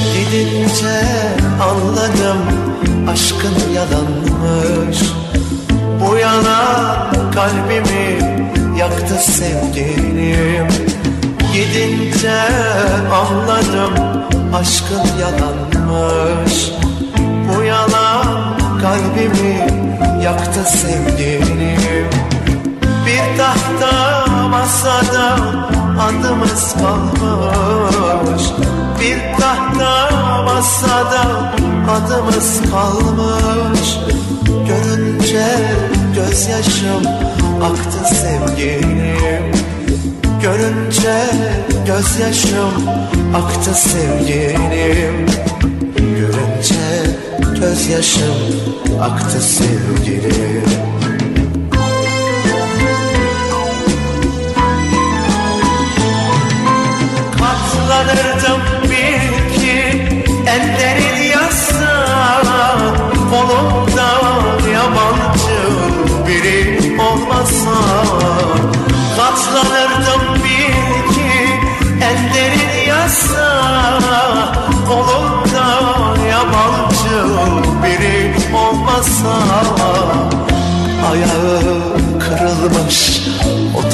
Gidince anladım aşkın yalanmış. Bu yalan kalbimi yaktı sevgilim. Gidince anladım aşkın yalanmış. Bu yalan kalbimi yaktı sevgilim. Bir tahta masada adımız kalmış. Bir tahta masada adımız kalmış. Görünce gözyaşım aktı sevgilim. Görünce gözyaşım aktı sevgilim. Görünce gözyaşım aktı sevgilim. Katlanırdım bil ki en derin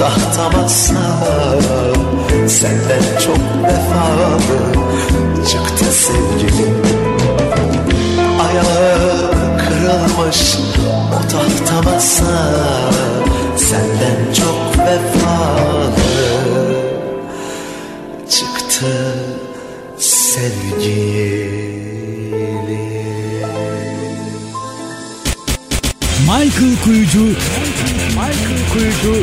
tahtamazsa senden çok vefalı çıktı sevgilim. Ayağı kırılmış o tahtamazsa senden çok vefalı çıktı sevgilim. Michael Kuyucu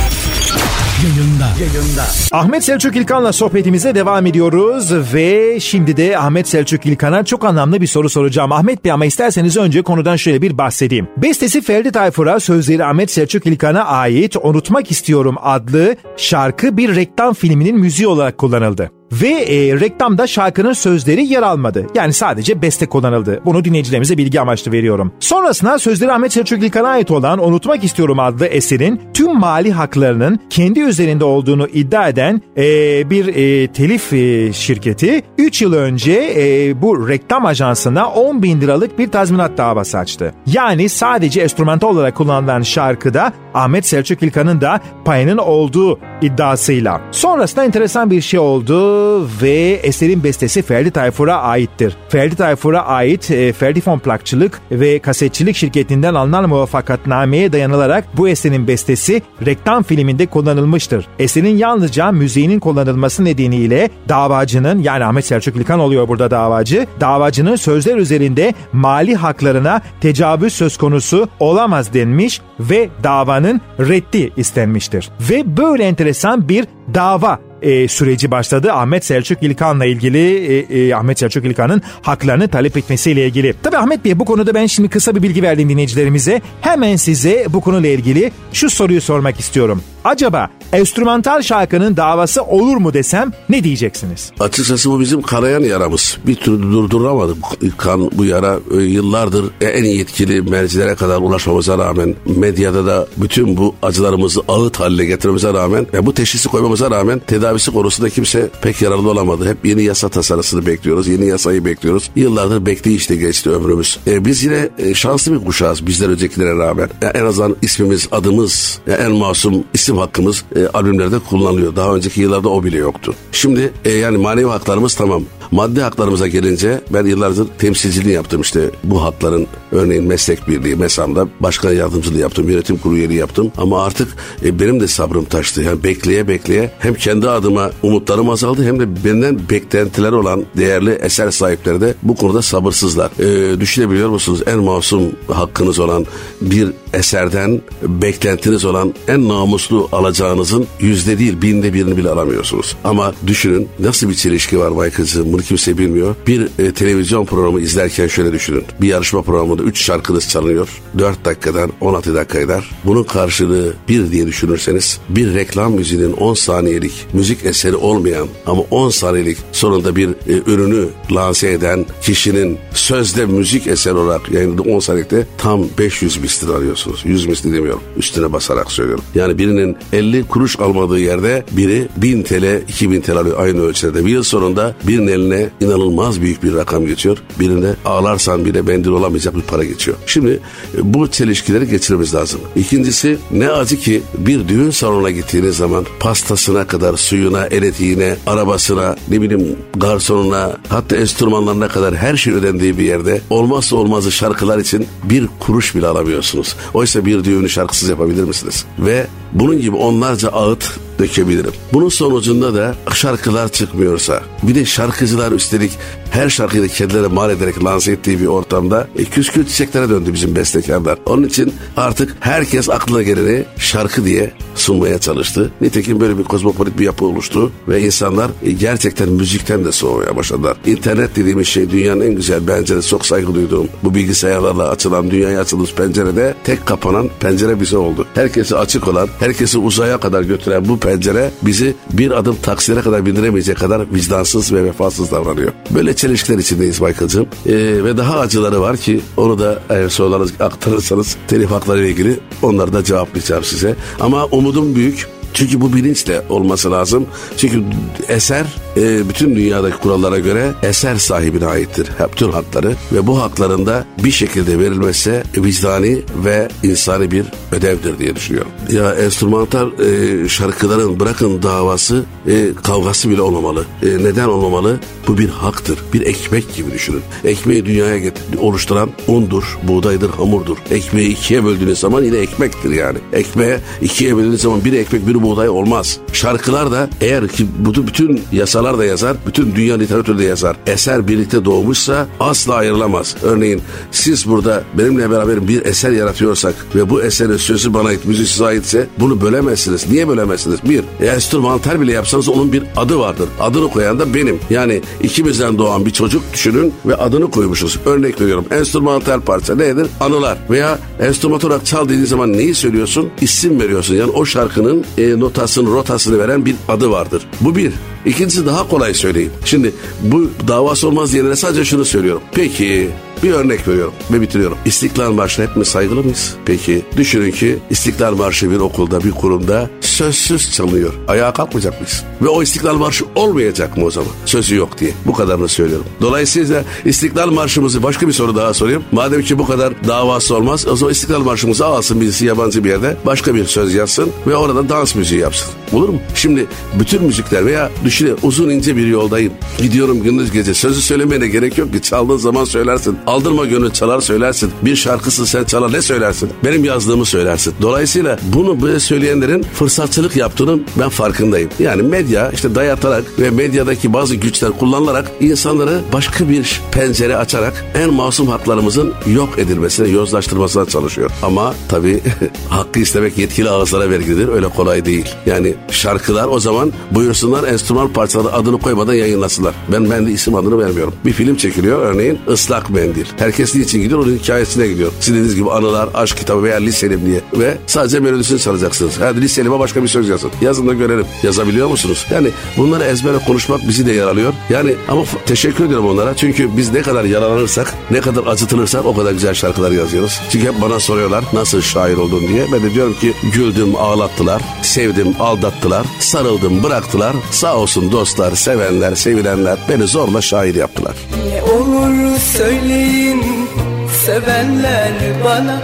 yayında. Ahmet Selçuk İlkan'la sohbetimize devam ediyoruz ve şimdi de Ahmet Selçuk İlkan'a çok anlamlı bir soru soracağım. Ahmet Bey, ama isterseniz önce konudan şöyle bir bahsedeyim. Bestesi Ferdi Tayfur'a, sözleri Ahmet Selçuk İlkan'a ait Unutmak İstiyorum adlı şarkı bir reklam filminin müziği olarak kullanıldı. Ve reklamda şarkının sözleri yer almadı. Yani sadece beste kullanıldı. Bunu dinleyicilerimize bilgi amaçlı veriyorum. Sonrasında sözleri Ahmet Selçuk İlkan'a ait olan Unutmak İstiyorum adlı eserin tüm mali haklarının kendi üzerinde olduğunu iddia eden bir telif şirketi 3 yıl önce bu reklam ajansına 10.000 liralık bir tazminat davası açtı. Yani sadece enstrümantal olarak kullanılan şarkıda Ahmet Selçuk İlkan'ın da payının olduğu iddiasıyla. Sonrasında enteresan bir şey oldu ve eserin bestesi Ferdi Tayfur'a aittir. Ferdi Tayfur'a ait Ferdi Fon Plakçılık ve Kasetçilik şirketinden alınan muvaffakatnameye dayanılarak bu eserin bestesi reklam filminde kullanılmıştır. Eserin yalnızca müziğinin kullanılması nedeniyle davacının, yani Ahmet Selçuk İlkan oluyor burada davacı, davacının sözler üzerinde mali haklarına tecavüz söz konusu olamaz denmiş ve davanın reddi istenmiştir. Ve böyle enteresan bir dava süreci başladı Ahmet Selçuk İlkan'la ilgili, Ahmet Selçuk İlkan'ın haklarını talep etmesiyle ilgili. Tabii Ahmet Bey, bu konuda ben şimdi kısa bir bilgi verdim dinleyicilerimize. Hemen size bu konuyla ilgili şu soruyu sormak istiyorum. Acaba enstrümantal şarkının davası olur mu desem ne diyeceksiniz? Açıkçası bu bizim kanayan yaramız. Bir türlü durduramadık. Kan bu yara yıllardır en yetkili mercilere kadar ulaşmamıza rağmen, medyada da bütün bu acılarımızı ağıt haline getirmemize rağmen ve bu teşhisi koymamıza rağmen tedavisi konusunda kimse pek yararlı olamadı. Hep yeni yasa tasarısını bekliyoruz. Yeni yasayı bekliyoruz. Yıllardır bekleyişle geçti ömrümüz. Biz yine şanslı bir kuşağız bizden öncekilere rağmen. En azından ismimiz, adımız, en masum isim hakkımız albümlerde kullanılıyor. Daha önceki yıllarda o bile yoktu. Şimdi yani manevi haklarımız tamam. Maddi haklarımıza gelince ben yıllardır temsilciliğini yaptım işte bu hakların, örneğin meslek birliği, MESAM'da başkan yardımcılığı yaptım, yönetim kurulu üyeliği yaptım ama artık benim de sabrım taştı. Yani bekleye hem kendi adıma umutlarım azaldı hem de benden beklentileri olan değerli eser sahipleri de bu konuda sabırsızlar. Düşünebiliyor musunuz? En masum hakkınız olan bir eserden beklentiniz olan en namuslu alacağınızın %1 değil 1000'de 1'ini bile alamıyorsunuz. Ama düşünün nasıl bir çelişki var Michael'cığım, bunu kimse bilmiyor. Bir televizyon programı izlerken şöyle düşünün. Bir yarışma programında 3 şarkınız çalınıyor. 4 dakikadan 16 dakika eder. Bunun karşılığı 1 diye düşünürseniz bir reklam müziğinin 10 saniyelik müzik eseri olmayan ama 10 saniyelik sonunda bir ürünü lanse eden kişinin sözde müzik eseri olarak yayınladığı 10 saniyelikte tam 500 misli arıyorsunuz. 100 misli demiyorum. Üstüne basarak söylüyorum. Yani birinin 50 kuruş almadığı yerde biri 1000 TL, 2000 TL alıyor aynı ölçüde. Bir yıl sonunda birinin eline inanılmaz büyük bir rakam geçiyor. Birinde ağlarsan bile bendil olamayacak bir para geçiyor. Şimdi bu çelişkileri geçirmemiz lazım. İkincisi, ne acı ki bir düğün salonuna gittiğiniz zaman pastasına kadar, suyuna, elektriğine, arabasına, ne bileyim garsonuna, hatta enstrümanlarına kadar her şey ödendiği bir yerde olmazsa olmazı şarkılar için bir kuruş bile alamıyorsunuz. Oysa bir düğünü şarkısız yapabilir misiniz? Ve bunun gibi onlarca ağıt dökebilirim. Bunun sonucunda da şarkılar çıkmıyorsa, bir de şarkıcılar üstelik her şarkıyı da kendilerine mal ederek lanse ettiği bir ortamda küskül çiçeklere döndü bizim bestekarlar. Onun için artık herkes aklına geleni şarkı diye sunmaya çalıştı. Nitekim böyle bir kozmopolit bir yapı oluştu ve insanlar gerçekten müzikten de soğumaya başladılar. İnternet dediğimiz şey dünyanın en güzel, bence de çok saygı duyduğum, bu bilgisayarlarla açılan, dünyaya açılmış pencerede tek kapanan pencere bize oldu. Herkesi açık olan, herkesi uzaya kadar götüren bu pencere bizi bir adım taksilere kadar bindiremeyecek kadar vicdansız ve vefasız davranıyor. Böyle çelişkiler içindeyiz Michael'cığım. Ve daha acıları var ki onu da eğer sorularınızı aktarırsanız telif hakları ile ilgili onları da cevaplayacağım size. Ama umudum büyük. Çünkü bu bilinçle olması lazım. Çünkü eser bütün dünyadaki kurallara göre eser sahibine aittir. Bütün hakları ve bu hakların da bir şekilde verilmesi vicdani ve insani bir ödevdir diye düşünüyorum. Ya enstrümantal şarkıların bırakın davası, kavgası bile olmamalı. Neden olmamalı? Bu bir haktır. Bir ekmek gibi düşünün. Ekmeği dünyaya oluşturan undur, buğdaydır, hamurdur. Ekmeği ikiye böldüğünüz zaman yine ekmektir yani. Ekmeğe ikiye böldüğünüz zaman bir ekmek bir buğday olmaz. Şarkılar da eğer ki bütün yasalar da yazar, bütün dünya literatürü de yazar. Eser birlikte doğmuşsa asla ayrılamaz. Örneğin siz burada benimle beraber bir eser yaratıyorsak ve bu eserin sözü bana ait, müziği size aitse bunu bölemezsiniz. Niye bölemezsiniz? Bir, enstrümantal bile yapsanız onun bir adı vardır. Adını koyan da benim. Yani ikimizden doğan bir çocuk düşünün ve adını koymuşuz. Örnek veriyorum. Enstrümantal parça nedir? Anılar. Veya enstrümantal olarak çal dediğin zaman neyi söylüyorsun? İsim veriyorsun. Yani o şarkının notasını, rotasını veren bir adı vardır. Bu bir. İkincisi daha kolay söyleyeyim. Şimdi bu davası olmaz diyenlere sadece şunu söylüyorum. Peki bir örnek veriyorum ve bitiriyorum. İstiklal Marşı'na hepimiz saygılı mıyız? Peki düşünün ki İstiklal Marşı bir okulda, bir kurumda sözsüz çalınıyor. Ayağa kalkmayacak mıyız? Ve o İstiklal Marşı olmayacak mı o zaman? Sözü yok diye. Bu kadarını söylüyorum. Dolayısıyla İstiklal Marşımızı başka bir soru daha sorayım. Madem ki bu kadar davası olmaz, o zaman İstiklal Marşımızı alsın birisi yabancı bir yerde, başka bir söz yazsın ve orada dans müziği yapsın. Olur mu? Şimdi bütün müzikler veya düşünün uzun ince bir yoldayım. Gidiyorum gündüz gece. Sözü söylemene gerek yok ki. Çaldığın zaman söylersin. Aldırma gönül çalar söylersin. Bir şarkısı sen çalar ne söylersin? Benim yazdığımı söylersin. Dolayısıyla bunu böyle söyleyenlerin fırsatçılık yaptığının ben farkındayım. Yani medya işte dayatarak ve medyadaki bazı güçler kullanılarak insanları başka bir pencere açarak en masum haklarımızın yok edilmesine, yozlaştırmasına çalışıyor. Ama tabii hakkı istemek yetkili ağızlara vergidir. Öyle kolay değil. Yani şarkılar o zaman buyursunlar enstrüman parçaları adını koymadan yayınlasınlar. Ben de isim adını vermiyorum. Bir film çekiliyor örneğin Islak Mendil. Herkes niçin gidiyor? Onun hikayesine gidiyor. Siz dediğiniz gibi anılar, aşk kitabı veya liselim diye. Ve sadece melodisini çalacaksınız. Hadi liselime başka bir söz yazın. Yazın da görelim. Yazabiliyor musunuz? Yani bunları ezbere konuşmak bizi de yaralıyor. Yani ama teşekkür ediyorum onlara. Çünkü biz ne kadar yaralanırsak, ne kadar acıtılırsak o kadar güzel şarkılar yazıyoruz. Çünkü hep bana soruyorlar nasıl şair oldun diye. Ben de diyorum ki güldüm, ağlattılar. Sevdim, aldattılar. Sarıldım, bıraktılar. Sağ olsun dostlar, sevenler, sevilenler beni zorla şair yaptılar. Ne olur söyleyin sevenler bana,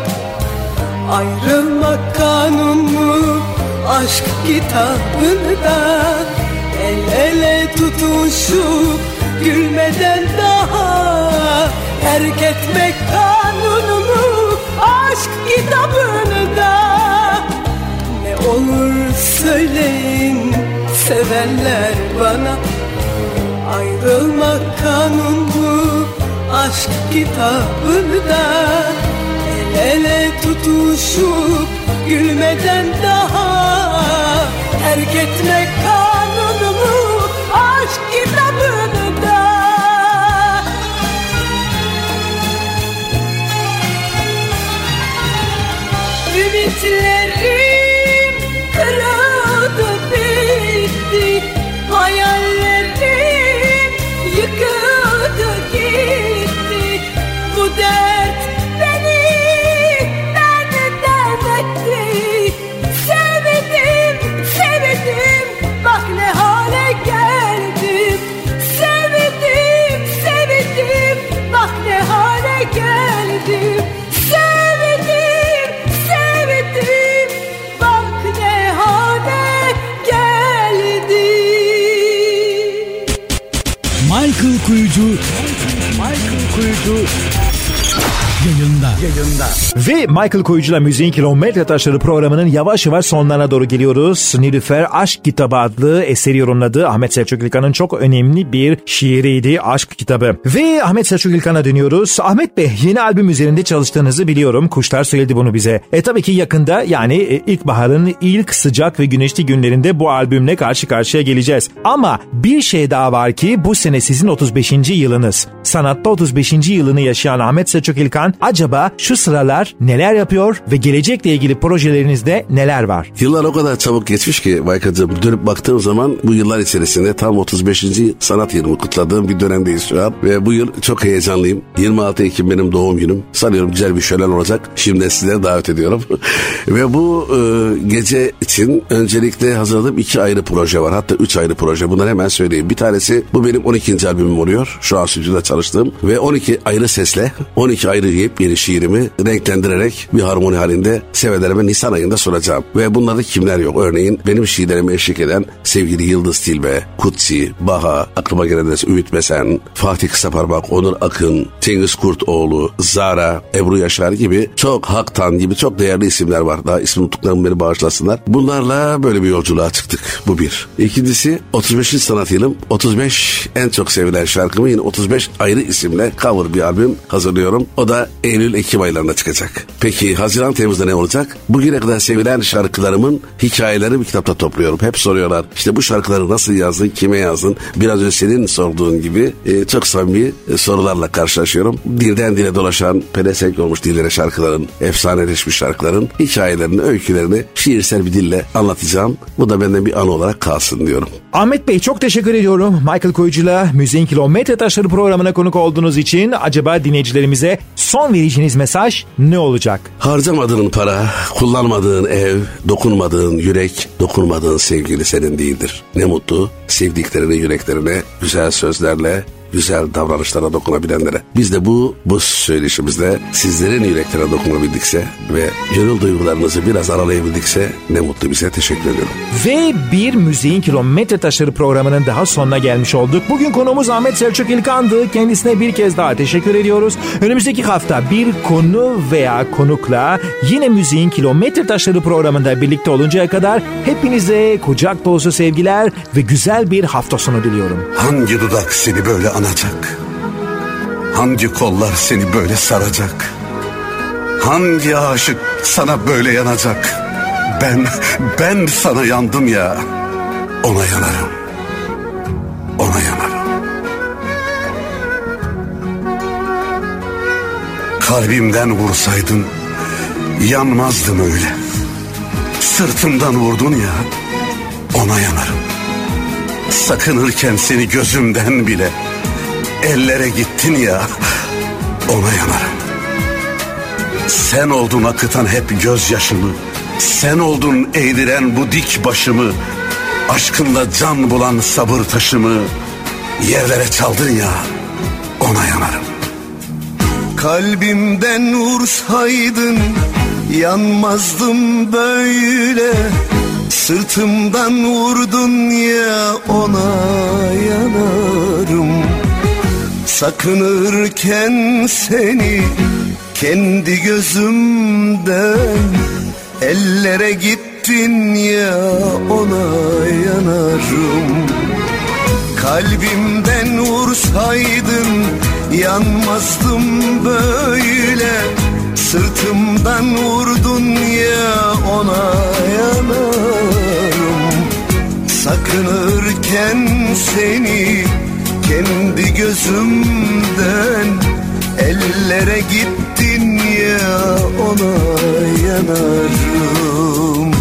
ayrılmak kanun mu aşk kitabında? El ele tutuşup gülmeden daha terk etmek kanun mu aşk kitabında? Ne olur söyleyin sevenler bana, ayrılmak kanun mu aşk kitabında? El ele tutuşup gülmeden daha terk etmek kanun mu aşk kitabında? Ümitlerim kırıldı bitti, hayallerim yıkıldı gitti. Bu dert beni benden etti. Sevdim, sevdim, bak ne hale geldim. Sevdim, sevdim, bak ne hale geldim. Sevdim, sevdim, bak ne hale geldim. Michael Kuyucu yayında. Ve Michael Koyucu'la Müziğin Kilometre Taşları programının yavaş yavaş sonlarına doğru geliyoruz. Nilüfer Aşk Kitabı adlı eseri yorumladı. Ahmet Selçuk İlkan'ın çok önemli bir şiiriydi Aşk Kitabı. Ve Ahmet Selçuk İlkan'a dönüyoruz. Ahmet Bey, yeni albüm üzerinde çalıştığınızı biliyorum. Kuşlar söyledi bunu bize. Tabii ki yakında, yani ilkbaharın ilk sıcak ve güneşli günlerinde bu albümle karşı karşıya geleceğiz. Ama bir şey daha var ki bu sene sizin 35. yılınız. Sanatta 35. yılını yaşayan Ahmet Selçuk İlkan Haziran. Acaba şu sıralar neler yapıyor ve gelecekle ilgili projelerinizde neler var? Yıllar o kadar çabuk geçmiş ki Michael'cığım, dönüp baktığım zaman bu yıllar içerisinde tam 35. sanat yılımı kutladığım bir dönemdeyiz şu an. Ve bu yıl çok heyecanlıyım. 26 Ekim benim doğum günüm. Sanıyorum güzel bir şölen olacak. Şimdi sizlere davet ediyorum. Ve bu gece için öncelikle hazırladığım 2 ayrı proje var. Hatta 3 ayrı proje. Bunları hemen söyleyeyim. Bir tanesi bu benim 12. albümüm oluyor. Şu an stüdyoda çalıştığım. Ve 12 ayrı sesle 12 ayrı yepyeni şiirimi renklendirerek bir harmoni halinde sevenlerime Nisan ayında sunacağım. Ve bunlarda kimler yok? Örneğin benim şiirlerime eşlik eden sevgili Yıldız Tilbe, Kutsi, Baha, aklıma gelenler Ümit Besen, Fatih Kısaparmak, Onur Akın, Cengiz Kurtoğlu, Zara, Ebru Yaşar gibi çok Haktan gibi çok değerli isimler var. Daha ismi unuttuklarımı beni bağışlasınlar. Bunlarla böyle bir yolculuğa çıktık. Bu bir. İkincisi 35. sanat yılım. 35 en çok sevilen şarkımı yine 35 ayrı isimle cover bir albüm hazırlıyorum. O da Eylül-Ekim aylarında çıkacak. Peki Haziran Temmuz'da ne olacak? Bugüne kadar sevilen şarkılarımın hikayelerini bir kitapta topluyorum. Hep soruyorlar. İşte bu şarkıları nasıl yazdın? Kime yazdın? Biraz önce senin sorduğun gibi çok samimi sorularla karşılaşıyorum. Dilden dile dolaşan, pelesenk olmuş dillere şarkıların, efsaneleşmiş şarkıların hikayelerini, öykülerini şiirsel bir dille anlatacağım. Bu da benden bir anı olarak kalsın diyorum. Ahmet Bey çok teşekkür ediyorum. Michael Koyucu'la Müziğin Kilometre Taşları programına konuk olduğunuz için. Acaba dinleyicilerimize son vereceğiniz mesaj ne olacak? Harcamadığın para, kullanmadığın ev, dokunmadığın yürek, dokunmadığın sevgili senin değildir. Ne mutlu sevdiklerine, yüreklerine güzel sözlerle, güzel davranışlara dokunabilenlere. Biz de bu söyleşimizde sizlerin yüreklerine dokunabildikse ve gönül duygularınızı biraz aralayabildikse ne mutlu bize. Teşekkür ediyorum. Ve bir Müziğin Kilometre Taşları programının daha sonuna gelmiş olduk. Bugün konuğumuz Ahmet Selçuk İlkan'dı. Kendisine bir kez daha teşekkür ediyoruz. Önümüzdeki hafta bir konu veya konukla yine Müziğin Kilometre Taşları programında birlikte oluncaya kadar hepinize kucak dolusu sevgiler ve güzel bir hafta sonu diliyorum. Hangi dudak seni böyle anacak? Hangi kollar seni böyle saracak? Hangi aşık sana böyle yanacak? Ben sana yandım ya. Ona yanarım. Ona yanarım. Kalbimden vursaydın yanmazdım öyle. Sırtımdan vurdun ya. Ona yanarım. Sakınırken seni gözümden bile ellere gittin ya, ona yanarım. Sen oldun akıtan hep gözyaşımı, sen oldun eğdiren bu dik başımı, aşkınla can bulan sabır taşımı yerlere çaldın ya, ona yanarım. Kalbimden vursaydın yanmazdım böyle. Sırtımdan vurdun ya, ona yanarım. Sakınırken seni kendi gözümden ellere gittin ya, ona yanarım. Kalbimden vursaydın yanmazdım böyle. Sırtımdan vurdun ya, ona yanarım. Sakınırken seni kendi gözümden ellere gittin ya, ona yanarım.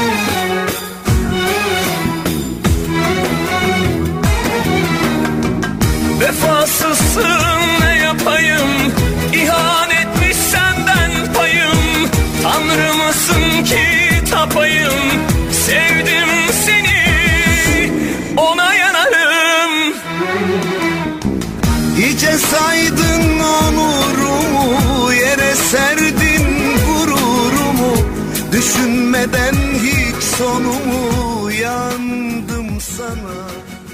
Vefasızsın ne yapayım, İhanetmiş senden payım. Tanrı mısın ki tapayım, sevdim seni, ona yanarım. İyice saydın onurumu, yere serdin gururumu. Düşünmeden hiç sonumu yandım sana.